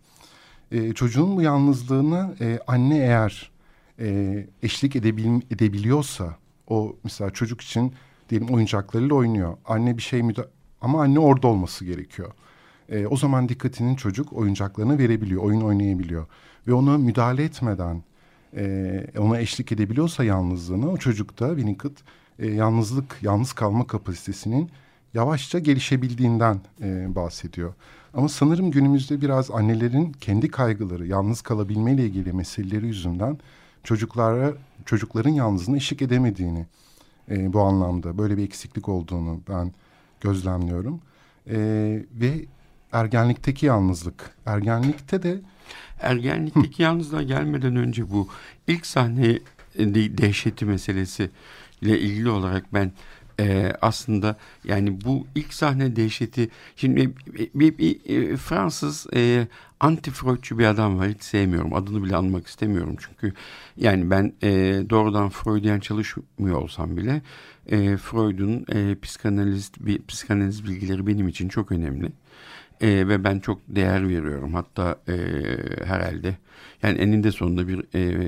E, çocuğun bu yalnızlığını e, anne eğer e, eşlik edebil, edebiliyorsa, o mesela çocuk için diyelim oyuncaklarıyla oynuyor. Anne bir şey müda- ama anne orada olması gerekiyor. E, o zaman dikkatinin çocuk oyuncaklarına verebiliyor, oyun oynayabiliyor ve ona müdahale etmeden Ee, ona eşlik edebiliyorsa yalnızlığına, o çocukta Winnicott e, yalnızlık, yalnız kalma kapasitesinin yavaşça gelişebildiğinden e, bahsediyor. Ama sanırım günümüzde biraz annelerin kendi kaygıları, yalnız kalabilmeyle ilgili meseleleri yüzünden çocuklara, çocukların yalnızlığına eşlik edemediğini, e, bu anlamda böyle bir eksiklik olduğunu ben gözlemliyorum. E, ve ergenlikteki yalnızlık, ergenlikte de Ergenlikteki yalnızlığa gelmeden önce bu ilk sahne dehşeti meselesi ile ilgili olarak ben e, aslında yani bu ilk sahne dehşeti, şimdi bir, bir, bir Fransız e, anti-Freudçu bir adam var, hiç sevmiyorum, adını bile anmak istemiyorum çünkü yani ben e, doğrudan Freudian çalışmıyor olsam bile e, Freud'un e, psikanalist bir psikanaliz bilgileri benim için çok önemli. Ee, ve ben çok değer veriyorum. Hatta e, herhalde yani eninde sonunda bir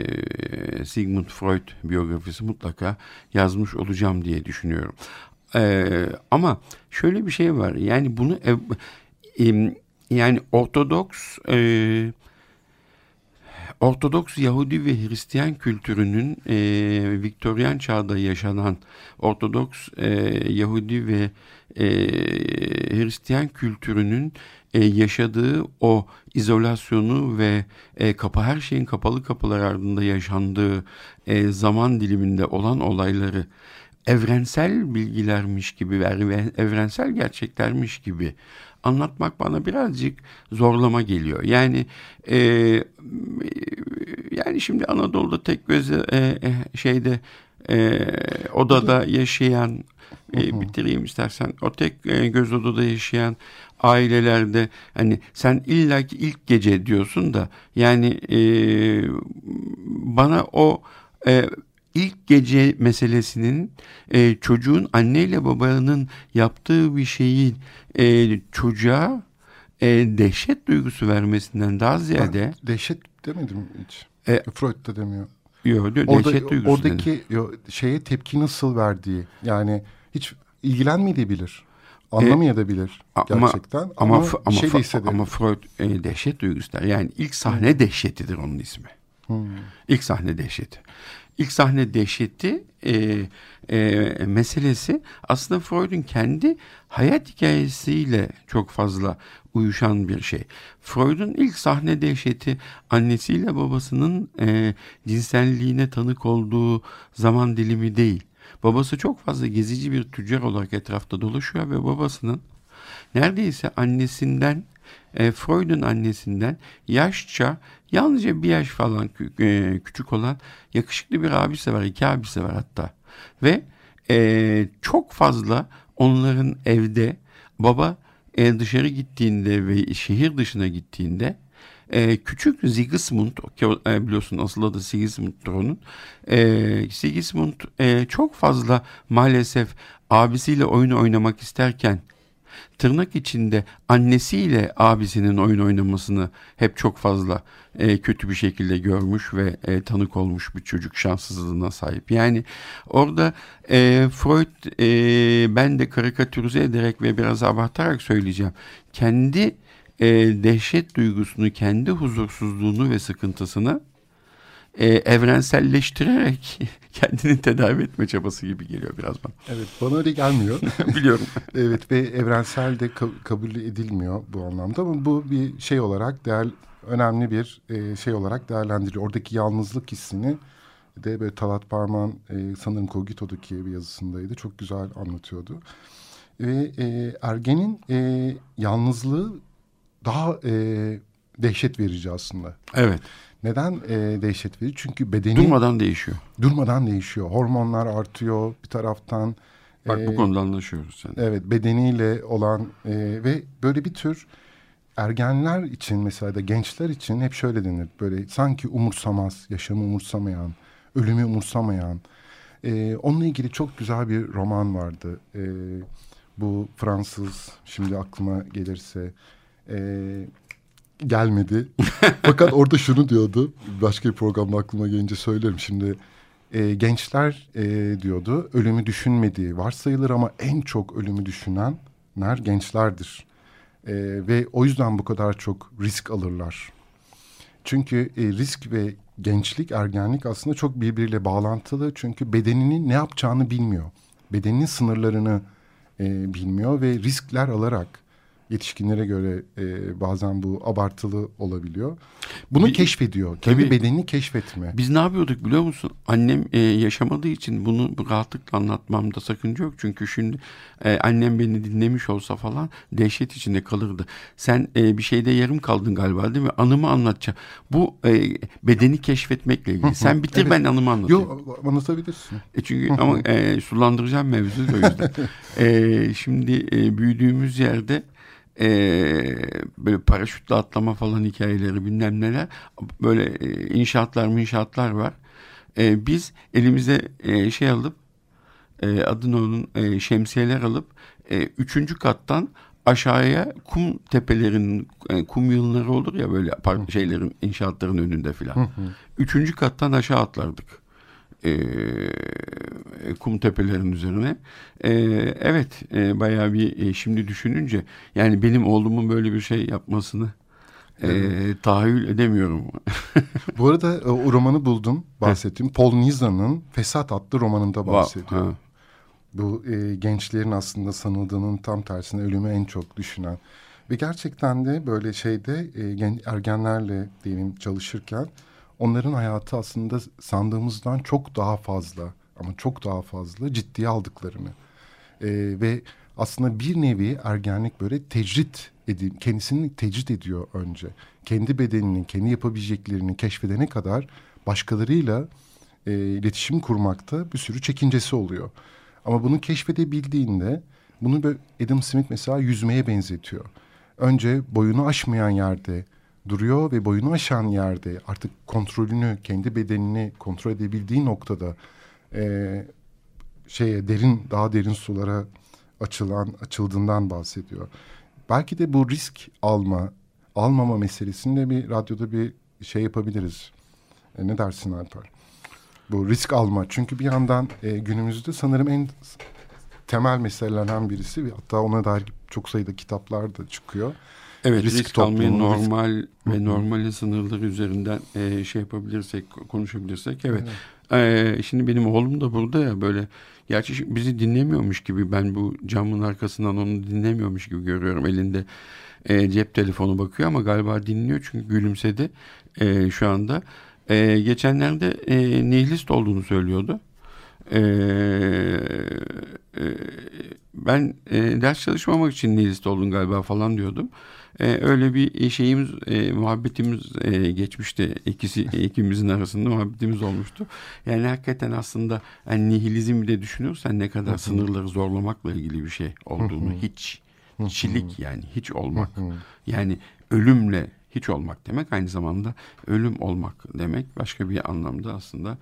e, Sigmund Freud biyografisi mutlaka yazmış olacağım diye düşünüyorum. E, ama şöyle bir şey var. Yani bunu e, e, yani Ortodoks e, Ortodoks Yahudi ve Hristiyan kültürünün e, Viktoryan çağda yaşanan Ortodoks e, Yahudi ve e, Hristiyan kültürünün e, yaşadığı o izolasyonu ve e, kapı her şeyin kapalı kapılar ardında yaşandığı e, zaman diliminde olan olayları evrensel bilgilermiş gibi ve evrensel gerçeklermiş gibi anlatmak bana birazcık zorlama geliyor. Yani e, yani şimdi Anadolu'da tek göze e, e, şeyde e, odada yaşayan e, bitireyim istersen o tek e, göz odada yaşayan ailelerde hani sen illaki ilk gece diyorsun da yani e, bana o e, İlk gece meselesinin e, çocuğun anneyle babanın yaptığı bir şeyin e, çocuğa e, dehşet duygusu vermesinden daha ziyade... Ben dehşet demedim hiç. E, Freud da demiyor. Yok, dehşet Orada, duygusu oradaki dedi. Yo, şeye tepki nasıl verdiği, yani hiç ilgilenmeyebilir, anlamayabilir e, gerçekten. Ama, ama, ama, ama, şey ama, ama Freud e, dehşet duygusu der. Yani ilk sahne hmm. dehşetidir onun ismi. Hmm. İlk sahne dehşeti. ilk sahne dehşeti e, e, meselesi aslında Freud'un kendi hayat hikayesiyle çok fazla uyuşan bir şey. Freud'un ilk sahne dehşeti annesiyle babasının e, cinselliğine tanık olduğu zaman dilimi değil. Babası çok fazla gezici bir tüccar olarak etrafta dolaşıyor ve babasının neredeyse annesinden, e, Freud'un annesinden yaşça yalnızca bir yaş falan e, küçük olan yakışıklı bir abisi var, iki abisi var hatta. Ve e, çok fazla onların evde baba e, dışarı gittiğinde ve şehir dışına gittiğinde e, küçük Sigismund, e, biliyorsun asıl adı Sigismund'dur onun. E, Sigismund e, çok fazla maalesef abisiyle oyun oynamak isterken tırnak içinde annesiyle abisinin oyun oynamasını hep çok fazla e, kötü bir şekilde görmüş ve e, tanık olmuş bir çocuk şanssızlığına sahip. Yani orada e, Freud e, ben de karikatürize ederek ve biraz abartarak söyleyeceğim. Kendi e, dehşet duygusunu, kendi huzursuzluğunu ve sıkıntısını e, evrenselleştirerek kendini tedavi etme çabası gibi geliyor biraz bana. Evet, bana öyle gelmiyor. Biliyorum. Evet ve evrensel de ka- kabul edilmiyor bu anlamda ama bu bir şey olarak değer, önemli bir e, şey olarak değerlendiriliyor. Oradaki yalnızlık hissini de böyle Talat Parman e, sanırım Cogito'daki bir yazısındaydı. Çok güzel anlatıyordu. Ve e, ergenin e, yalnızlığı daha e, dehşet verici aslında. Evet. Neden e, dehşet verici? Çünkü bedeni... Durmadan değişiyor. Durmadan değişiyor. Hormonlar artıyor bir taraftan. Bak e, bu konuda anlaşıyoruz. Yani. Evet, bedeniyle olan e, ve böyle bir tür ergenler için mesela da gençler için hep şöyle denir. Böyle sanki umursamaz, yaşamı umursamayan, ölümü umursamayan. E, onunla ilgili çok güzel bir roman vardı. E, bu Fransız, şimdi aklıma gelirse... E, gelmedi. Fakat orada şunu diyordu. Başka bir programda aklıma gelince söylerim. Şimdi e, gençler e, diyordu. Ölümü düşünmediği varsayılır ama en çok ölümü düşünenler gençlerdir. E, ve o yüzden bu kadar çok risk alırlar. Çünkü e, risk ve gençlik, ergenlik aslında çok birbiriyle bağlantılı. Çünkü bedeninin ne yapacağını bilmiyor. Bedeninin sınırlarını e, bilmiyor ve riskler alarak yetişkinlere göre e, bazen bu abartılı olabiliyor. Bunu bir, keşfediyor. Kendi tabii, bedenini keşfetme. Biz ne yapıyorduk biliyor musun? Annem e, yaşamadığı için bunu rahatlıkla anlatmamda sakınca yok. Çünkü şimdi e, annem beni dinlemiş olsa falan dehşet içinde kalırdı. Sen e, bir şeyde yarım kaldın galiba değil mi? Anımı anlatacağım. Bu e, bedeni keşfetmekle ilgili. Sen bitir, evet, ben anımı anlatayım. Yok, anlatabilirsin. E çünkü ama e, sulandıracağım mevzuyu da o yüzden. e, şimdi e, büyüdüğümüz yerde Ee, böyle paraşütle atlama falan hikayeleri bilmem neler böyle e, inşaatlar inşaatlar var. Ee, biz elimize e, şey alıp e, adını onun e, şemsiyeler alıp e, üçüncü kattan aşağıya kum tepelerinin e, kum yığınları olur ya böyle park, şeylerin inşaatların önünde filan. Üçüncü kattan aşağı atlardık. E, kum tepelerinin üzerine. E, evet e, bayağı bir e, şimdi düşününce yani benim oğlumun böyle bir şey yapmasını e, evet. tahayyül edemiyorum. Bu arada o romanı buldum, bahsettiğim Paul Nizan'ın Fesat adlı romanında bahsediyor. Ha. Bu e, gençlerin aslında sanıldığının tam tersine ölümü en çok düşünen ve gerçekten de böyle şeyde e, ergenlerle diyelim çalışırken onların hayatı aslında sandığımızdan çok daha fazla ama çok daha fazla ciddiye aldıklarını ee, ve aslında bir nevi ergenlik böyle tecrit edin, kendisini tecrit ediyor önce. Kendi bedenini, kendi yapabileceklerini keşfedene kadar başkalarıyla e, iletişim kurmakta bir sürü çekincesi oluyor. Ama bunu keşfedebildiğinde bunu böyle Adam Smith mesela yüzmeye benzetiyor. Önce boyunu aşmayan yerde duruyor ve boyunu aşan yerde artık kontrolünü, kendi bedenini kontrol edebildiği noktada e, şeye derin, daha derin sulara açılan, açıldığından bahsediyor. Belki de bu risk alma, almama meselesinde bir radyoda bir şey yapabiliriz. E, ne dersin Alper? Bu risk alma. Çünkü bir yandan e, günümüzde sanırım en temel meselelerden birisi ve hatta ona dair çok sayıda kitaplar da çıkıyor. Evet, risk, risk almayı normal risk... ve normalin sınırları üzerinden e, şey yapabilirsek, konuşabilirsek. Evet. evet. e, şimdi benim oğlum da burada ya, böyle gerçi bizi dinlemiyormuş gibi, ben bu camın arkasından onu dinlemiyormuş gibi görüyorum. Elinde e, cep telefonu bakıyor ama galiba dinliyor çünkü gülümsedi e, şu anda. E, geçenlerde e, nihilist olduğunu söylüyordu. E, e, ben e, ders çalışmamak için nihilist oldum galiba falan diyordum. E, öyle bir şeyimiz, e, muhabbetimiz e, geçmişti. İkisi ikimizin arasında muhabbetimiz olmuştu. Yani hakikaten aslında yani nihilizm de düşünürsen ne kadar sınırları zorlamakla ilgili bir şey olduğunu, hiç, hiçlik yani hiç olmak. Yani ölümle hiç olmak demek, aynı zamanda ölüm olmak demek. Başka bir anlamda aslında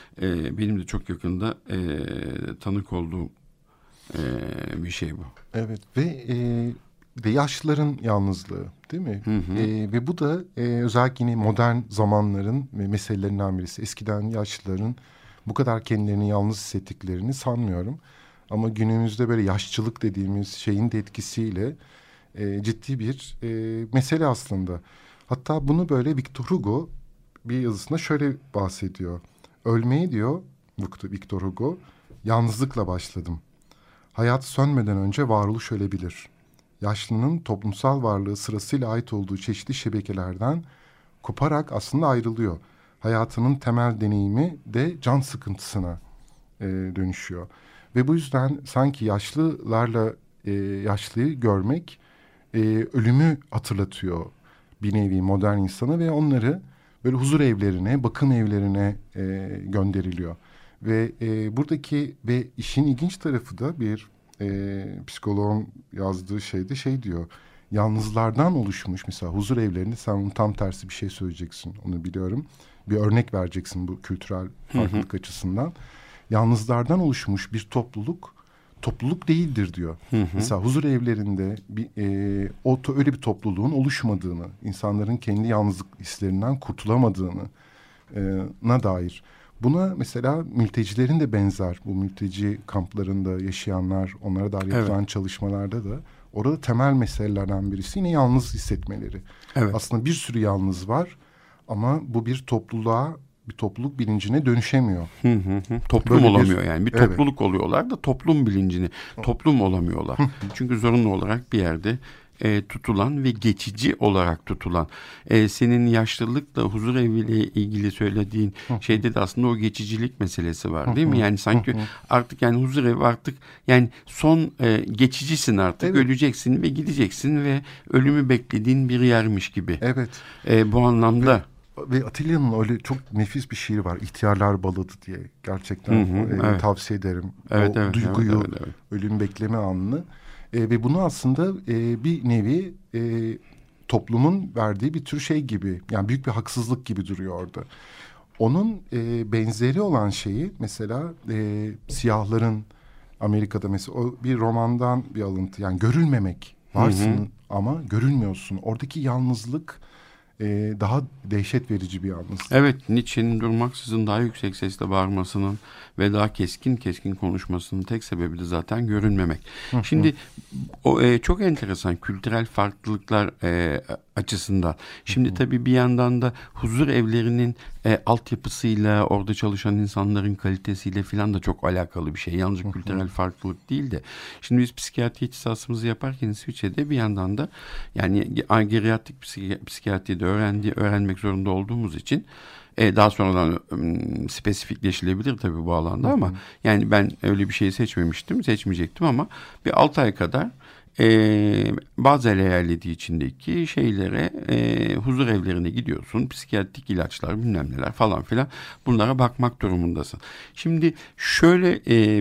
e, benim de çok yakında e, tanık olduğum e, bir şey bu. Evet ve e, ve yaşlıların yalnızlığı, değil mi? Hı hı. E, ve bu da e, özellikle yine modern zamanların ve meselelerinden birisi. Eskiden yaşlıların bu kadar kendilerini yalnız hissettiklerini sanmıyorum. Ama günümüzde böyle yaşçılık dediğimiz şeyin de etkisiyle e, ciddi bir e, mesele aslında. Hatta bunu böyle Victor Hugo bir yazısında şöyle bahsediyor. Ölmeyi diyor Victor Hugo, yalnızlıkla başladım. Hayat sönmeden önce varoluş ölebilir. Yaşlının toplumsal varlığı sırasıyla ait olduğu çeşitli şebekelerden koparak aslında ayrılıyor. Hayatının temel deneyimi de can sıkıntısına e, dönüşüyor. Ve bu yüzden sanki yaşlılarla e, yaşlıyı görmek e, ölümü hatırlatıyor bir nevi modern insana ve onları böyle huzur evlerine, bakım evlerine e, gönderiliyor. Ve e, buradaki ve işin ilginç tarafı da bir e, psikoloğun yazdığı şeyde şey diyor. Yalnızlardan oluşmuş, mesela huzur evlerinde sen onun tam tersi bir şey söyleyeceksin, onu biliyorum. Bir örnek vereceksin bu kültürel farklılık hı hı. açısından. Yalnızlardan oluşmuş bir topluluk topluluk değildir diyor. Hı hı. Mesela huzur evlerinde bir, e, o öyle bir topluluğun oluşmadığını, insanların kendi yalnızlık hislerinden kurtulamadığını e, na dair. Buna mesela mültecilerin de benzer, bu mülteci kamplarında yaşayanlar, onlara dair yapılan evet. çalışmalarda da orada temel meselelerden birisi yine yalnız hissetmeleri. Evet. Aslında bir sürü yalnız var ama bu bir topluluğa, bir topluluk bilincine dönüşemiyor. Hı hı hı. Toplum böyle olamıyor bir, yani. Bir evet. topluluk oluyorlar da toplum bilincini, toplum olamıyorlar. Çünkü zorunlu olarak bir yerde e, tutulan ve geçici olarak tutulan. E, senin yaşlılıkla huzur eviyle ilgili söylediğin şeyde de aslında o geçicilik meselesi var, değil mi? Yani sanki artık yani huzur evi artık yani son e, geçicisin artık. Evet. Öleceksin ve gideceksin ve ölümü beklediğin bir yermiş gibi. Evet. E, bu anlamda. Ve... Ve Atilla'nın öyle çok nefis bir şiiri var. İhtiyarlar Balladı diye. Gerçekten hı hı, e, evet. tavsiye ederim. Evet, o evet, duyguyu, evet, evet, evet. ölüm bekleme anını. E, ve bunu aslında e, bir nevi e, toplumun verdiği bir tür şey gibi. Yani büyük bir haksızlık gibi duruyor orada. Onun e, benzeri olan şeyi mesela e, siyahların Amerika'da mesela o bir romandan bir alıntı. Yani görülmemek. Varsın hı hı. ama görülmüyorsun. Oradaki yalnızlık Ee, daha dehşet verici bir yalnızlık. Evet, Nietzsche'nin durmaksızın daha yüksek sesle bağırmasının ve daha keskin keskin konuşmasının tek sebebi de zaten görünmemek. Hı hı. Şimdi o e, çok enteresan kültürel farklılıklar e, açısından. Şimdi hı hı. tabii bir yandan da huzur evlerinin e, altyapısıyla, orada çalışan insanların kalitesiyle filan da çok alakalı bir şey. Yalnızca hı hı. kültürel farklılık değil de. Şimdi biz psikiyatri ihtisasımızı yaparken İsviçre'de bir yandan da yani geriatrik psiki- psikiyatride öğrendi, öğrenmek zorunda olduğumuz için e, daha sonradan um, spesifikleşilebilir tabii bu alanda, hı hı. ama yani ben öyle bir şeyi seçmemiştim, seçmeyecektim ama bir altı ay kadar e, Basel eyaleti içindeki şeylere e, huzur evlerine gidiyorsun, psikiyatrik ilaçlar bilmem neler falan filan, bunlara bakmak durumundasın. Şimdi şöyle e,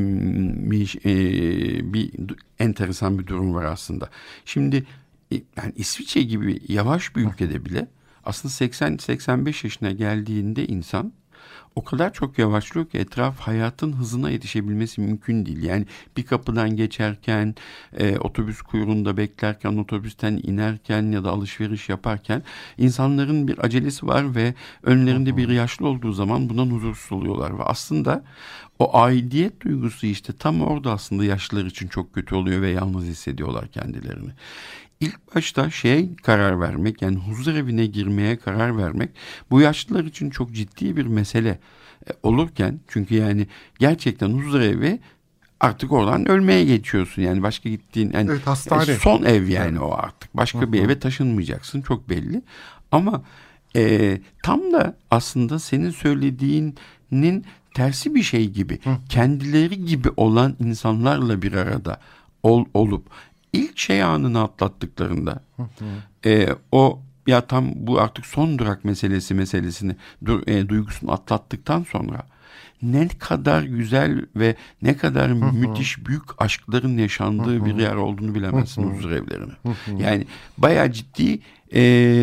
bir, e, bir enteresan bir durum var aslında. Şimdi yani İsviçre gibi yavaş bir ülkede bile aslında seksen seksen beş yaşına geldiğinde insan o kadar çok yavaşlıyor ki etraf hayatın hızına yetişebilmesi mümkün değil. Yani bir kapıdan geçerken, e, otobüs kuyruğunda beklerken, otobüsten inerken ya da alışveriş yaparken insanların bir acelesi var ve önlerinde bir yaşlı olduğu zaman bundan huzursuz oluyorlar. Ve aslında o aidiyet duygusu işte tam orada aslında yaşlılar için çok kötü oluyor ve yalnız hissediyorlar kendilerini. ilk başta şeye karar vermek, yani huzurevine girmeye karar vermek bu yaşlılar için çok ciddi bir mesele e, olurken, çünkü yani gerçekten huzurevi artık oradan ölmeye geçiyorsun. Yani başka gittiğin yani evet, hastane. E, son ev yani evet. O artık. Başka Hı-hı. bir eve taşınmayacaksın, çok belli. Ama e, tam da aslında senin söylediğinin tersi bir şey gibi. Hı. Kendileri gibi olan insanlarla bir arada ol, olup ilk şey anını atlattıklarında e, o ya tam bu artık son durak meselesi meselesini du, e, duygusunu atlattıktan sonra ne kadar güzel ve ne kadar hı hı. müthiş büyük aşkların yaşandığı hı hı. bir yer olduğunu bilemezsin hı hı. huzur evlerini. Hı hı. Yani bayağı ciddi e,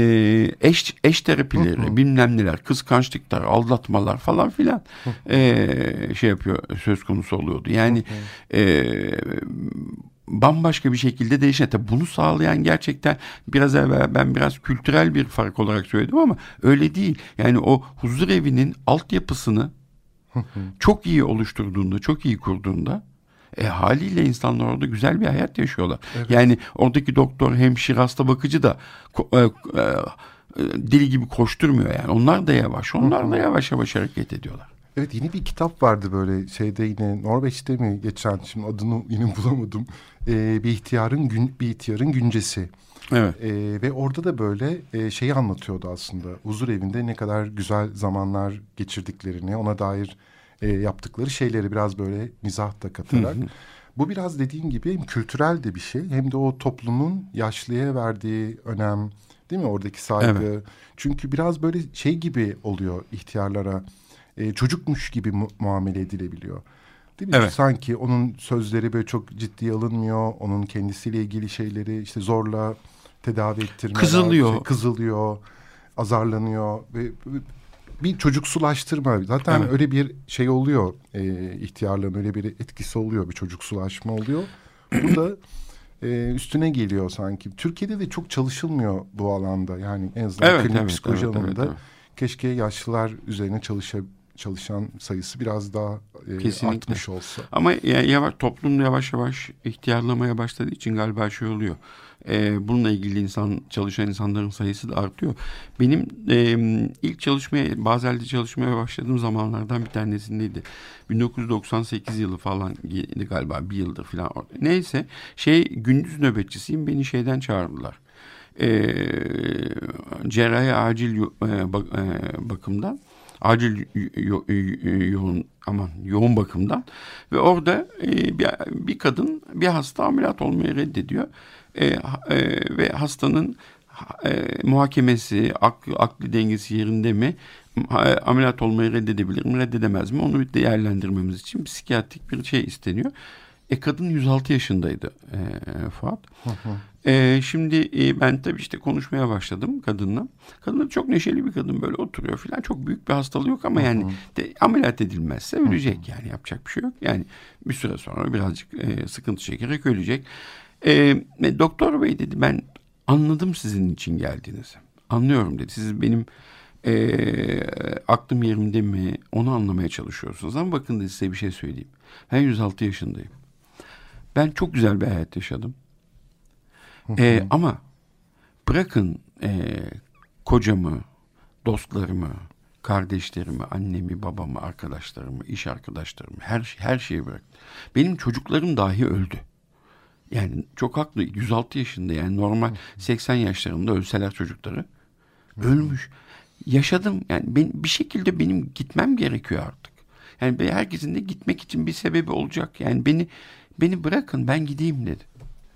eş, eş terapileri, hı hı. bilmem neler, kıskançlıklar, aldatmalar falan filan e, şey yapıyor, söz konusu oluyordu. Yani hı hı. E, bambaşka bir şekilde değişen. Tabii bunu sağlayan gerçekten biraz evvel ben biraz kültürel bir fark olarak söyledim ama öyle değil. Yani o huzur evinin altyapısını çok iyi oluşturduğunda, çok iyi kurduğunda e, haliyle insanlar orada güzel bir hayat yaşıyorlar. Evet. Yani oradaki doktor, hemşire, hasta bakıcı da e, e, deli gibi koşturmuyor yani. Onlar da yavaş, onlar da yavaş yavaş hareket ediyorlar. Evet, yeni bir kitap vardı böyle şeyde, yine Norveç'te mi geçen, şimdi adını yine bulamadım. Ee, bir ihtiyarın gün bir ihtiyarın güncesi. Evet. Ee, ve orada da böyle e, şeyi anlatıyordu aslında. Huzur evinde ne kadar güzel zamanlar geçirdiklerini, ona dair e, yaptıkları şeyleri biraz böyle mizah da katarak. Hı hı. Bu biraz dediğin gibi hem kültürel de bir şey, hem de o toplumun yaşlıya verdiği önem, değil mi? Oradaki saygı. Evet. Çünkü biraz böyle şey gibi oluyor ihtiyarlara. E, çocukmuş gibi mu- muamele edilebiliyor. Değil mi? Evet. Sanki onun sözleri böyle çok ciddiye alınmıyor. Onun kendisiyle ilgili şeyleri işte zorla tedavi ettirmeler. Kızılıyor. Şey, kızılıyor, azarlanıyor. Ve bir çocuksulaştırma. Zaten evet. öyle bir şey oluyor. E, ihtiyarlığın öyle bir etkisi oluyor. Bir çocuksulaşma oluyor. Bu da e, üstüne geliyor sanki. Türkiye'de de çok çalışılmıyor bu alanda. Yani en azından evet, klinik evet, psikoloji evet, alanında. Evet, evet. Keşke yaşlılar üzerine çalışa, çalışan sayısı biraz daha e, artmış olsa. Ama yavaş, toplum yavaş yavaş ihtiyarlamaya başladığı için galiba şey oluyor. E, bununla ilgili insan çalışan insanların sayısı da artıyor. Benim e, ilk çalışmaya, Bazel'de çalışmaya başladığım zamanlardan bir tanesindeydi. bin dokuz yüz doksan sekiz yılı falan galiba, bir yıldır falan. Neyse, şey gündüz nöbetçisiyim. Beni şeyden çağırdılar. E, cerrahi acil e, bak, e, bakımdan. Acil yo, yo, yoğun aman yoğun bakımdan ve orada e, bir, bir kadın bir hasta ameliyat olmayı reddediyor e, e, ve hastanın e, muhakemesi, aklı, aklı dengesi yerinde mi, ameliyat olmayı reddedebilir mi, reddedemez mi, onu bir değerlendirmemiz için psikiyatrik bir şey isteniyor. E, kadın yüz altı yaşındaydı e, Fuat. Hı hı. E, şimdi e, ben tabii işte konuşmaya başladım kadınla. Kadın da çok neşeli bir kadın, böyle oturuyor falan. Çok büyük bir hastalığı yok ama hı hı. yani de, ameliyat edilmezse ölecek, hı hı. yani yapacak bir şey yok. Yani bir süre sonra birazcık e, sıkıntı çekerek ölecek. E, e, doktor bey dedi, ben anladım sizin için geldiğinizi. Anlıyorum dedi. Siz benim e, aklım yerimde mi, onu anlamaya çalışıyorsunuz. Ama bakın dedi, size bir şey söyleyeyim. Ben yüz altı yaşındayım. Ben çok güzel bir hayat yaşadım. Ee, ama bırakın e, kocamı, dostlarımı, kardeşlerimi, annemi, babamı, arkadaşlarımı, iş arkadaşlarımı, her her şeyi bırak. Benim çocuklarım dahi öldü. Yani çok haklı. yüz altı yaşında, yani normal seksen yaşlarında ölseler çocukları ölmüş. Yaşadım. Yani ben, bir şekilde benim gitmem gerekiyor artık. Yani herkesin de gitmek için bir sebebi olacak. Yani beni Beni bırakın, ben gideyim dedi.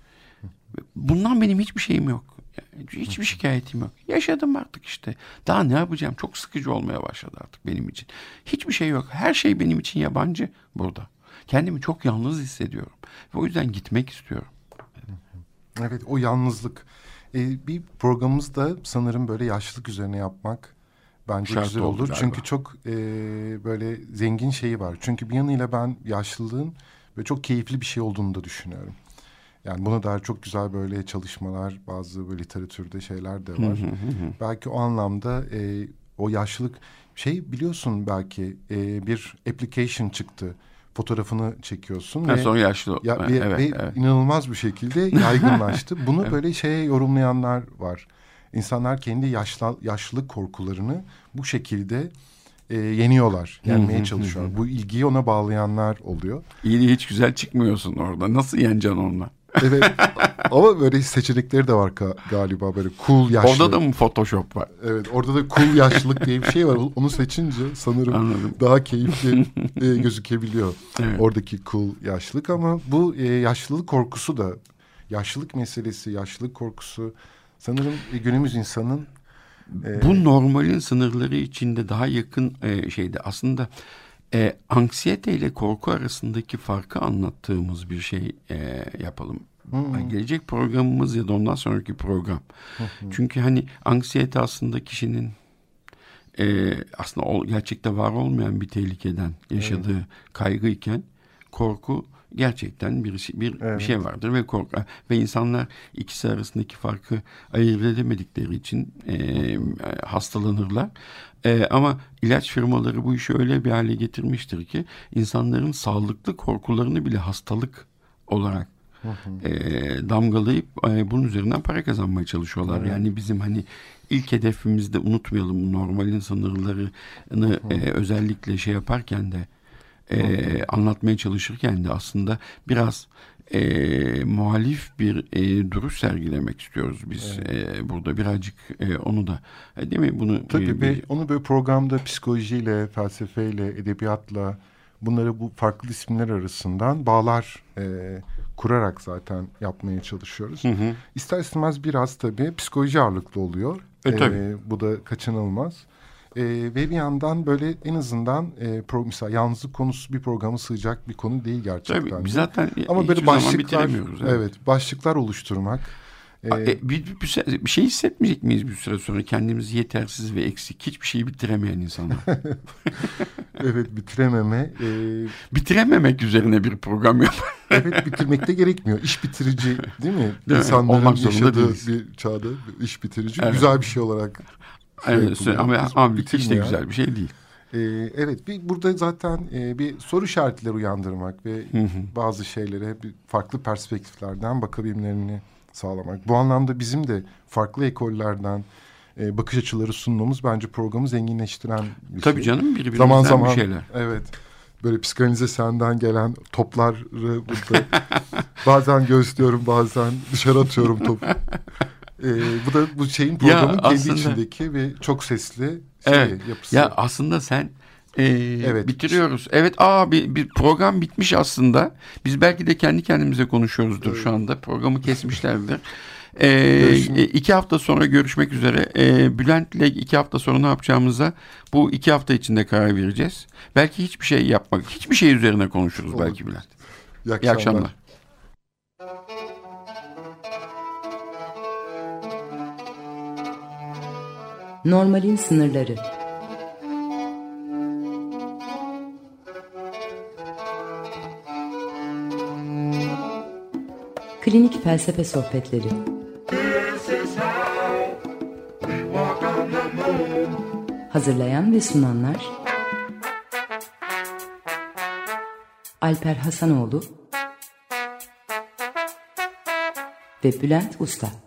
Bundan benim hiçbir şeyim yok. Yani hiçbir şikayetim yok. Yaşadım artık işte. Daha ne yapacağım? Çok sıkıcı olmaya başladı artık benim için. Hiçbir şey yok. Her şey benim için yabancı burada. Kendimi çok yalnız hissediyorum. Ve o yüzden gitmek istiyorum. Evet, o yalnızlık. Ee, bir programımızda sanırım böyle yaşlılık üzerine yapmak bence şart güzel olur. Çünkü çok e, böyle zengin şeyi var. Çünkü bir yanıyla ben yaşlılığın ve çok keyifli bir şey olduğunu da düşünüyorum. Yani buna dair çok güzel böyle çalışmalar, bazı böyle literatürde şeyler de var. Belki o anlamda e, o yaşlılık şey, biliyorsun belki e, bir application çıktı. fotoğrafını çekiyorsun. Ha, ve, sonra yaşlı. Ya, ve, evet, ve evet. inanılmaz bir şekilde yaygınlaştı. Bunu evet. böyle şeye yorumlayanlar var. İnsanlar kendi yaşlı, yaşlılık korkularını bu şekilde e, yeniyorlar. Yenmeye çalışıyorlar. Bu ilgiyi ona bağlayanlar oluyor. İyi de hiç güzel çıkmıyorsun orada. Nasıl yeneceksin onunla? Evet ama böyle seçenekleri de var galiba, böyle cool yaşlı. Orada da mı Photoshop var? Evet, orada da cool yaşlılık diye bir şey var. Onu seçince sanırım Anladım. daha keyifli e, gözükebiliyor. Evet. Oradaki cool yaşlılık, ama bu e, yaşlılık korkusu da, yaşlılık meselesi, yaşlılık korkusu sanırım e, günümüz insanın e, bu normalin sınırları içinde daha yakın e, şeyde aslında E, anksiyete ile korku arasındaki farkı anlattığımız bir şey e, yapalım. Hmm. Gelecek programımız ya da ondan sonraki program. Hmm. Çünkü hani anksiyete aslında kişinin e, aslında ol, gerçekte var olmayan bir tehlikeden yaşadığı evet. kaygıyken, korku gerçekten bir bir, evet. bir şey vardır ve korku ve insanlar ikisi arasındaki farkı ayırt edemedikleri için e, hastalanırlar. E, ama ilaç firmaları bu işi öyle bir hale getirmiştir ki insanların sağlıklı korkularını bile hastalık olarak e, damgalayıp e, bunun üzerinden para kazanmaya çalışıyorlar. Evet. Yani bizim hani ilk hedefimizde unutmayalım, normalin sınırlarını e, özellikle şey yaparken de e, anlatmaya çalışırken de aslında biraz e, muhalif bir e, duruş sergilemek istiyoruz biz. Evet. E, burada birazcık e, onu da e, değil mi? Bunu Tabii e, bir, onu böyle programda psikolojiyle, felsefeyle, edebiyatla, bunları bu farklı disiplinler arasından bağlar e, kurarak zaten yapmaya çalışıyoruz. Hı hı. İster istemez biraz tabii psikoloji ağırlıklı oluyor. E, tabii. E, bu da kaçınılmaz. Ee, ve bir yandan böyle en azından e, pro, mesela yalnızlık konusu bir programa sığacak bir konu değil gerçekten. Tabii, biz zaten ama böyle başlıklar, evet. evet başlıklar oluşturmak. E, e, bir, bir, bir şey hissetmeyecek miyiz bir süre sonra, kendimizi yetersiz ve eksik, hiçbir şeyi bitiremeyen insanlar? Evet, bitirememe. E, Bitirememek üzerine bir program yapar. Evet, bitirmek de gerekmiyor. İş bitirici değil mi? Değil İnsanların mi? yaşadığı bir çağda iş bitirici evet. güzel bir şey olarak. Evet, şey ama ama hiç de güzel bir şey değil. Ee, evet, bir burada zaten e, bir soru işaretleri uyandırmak ve hı hı. bazı şeylere bir farklı perspektiflerden bakabilmelerini sağlamak. Bu anlamda bizim de farklı ekollerden e, bakış açıları sunmamız bence programı zenginleştiren bir Tabii şey. Tabii canım, birbirimizden zaman zaman, bir şeyler. Evet. Böyle psikanalize senden gelen topları burada bazen göğüslüyorum, bazen dışarı atıyorum topu. Ee, bu da bu şeyin programın ya kendi aslında, içindeki ve çok sesli şey, evet, yapısı. Ya aslında sen e, evet. bitiriyoruz. Evet, aa bir, bir program bitmiş aslında. Biz belki de kendi kendimize konuşuyoruzdur evet. şu anda. Programı kesmişlerdir. E, iki hafta sonra görüşmek üzere. E, Bülent'le iki hafta sonra ne yapacağımıza bu iki hafta içinde karar vereceğiz. Belki hiçbir şey yapmak, hiçbir şey üzerine konuşuruz olur. Belki Bülent. İyi akşamlar. İyi akşamlar. Normalin sınırları. Klinik felsefe sohbetleri. Hazırlayan ve sunanlar Alper Hasanoğlu ve Bülent Usta.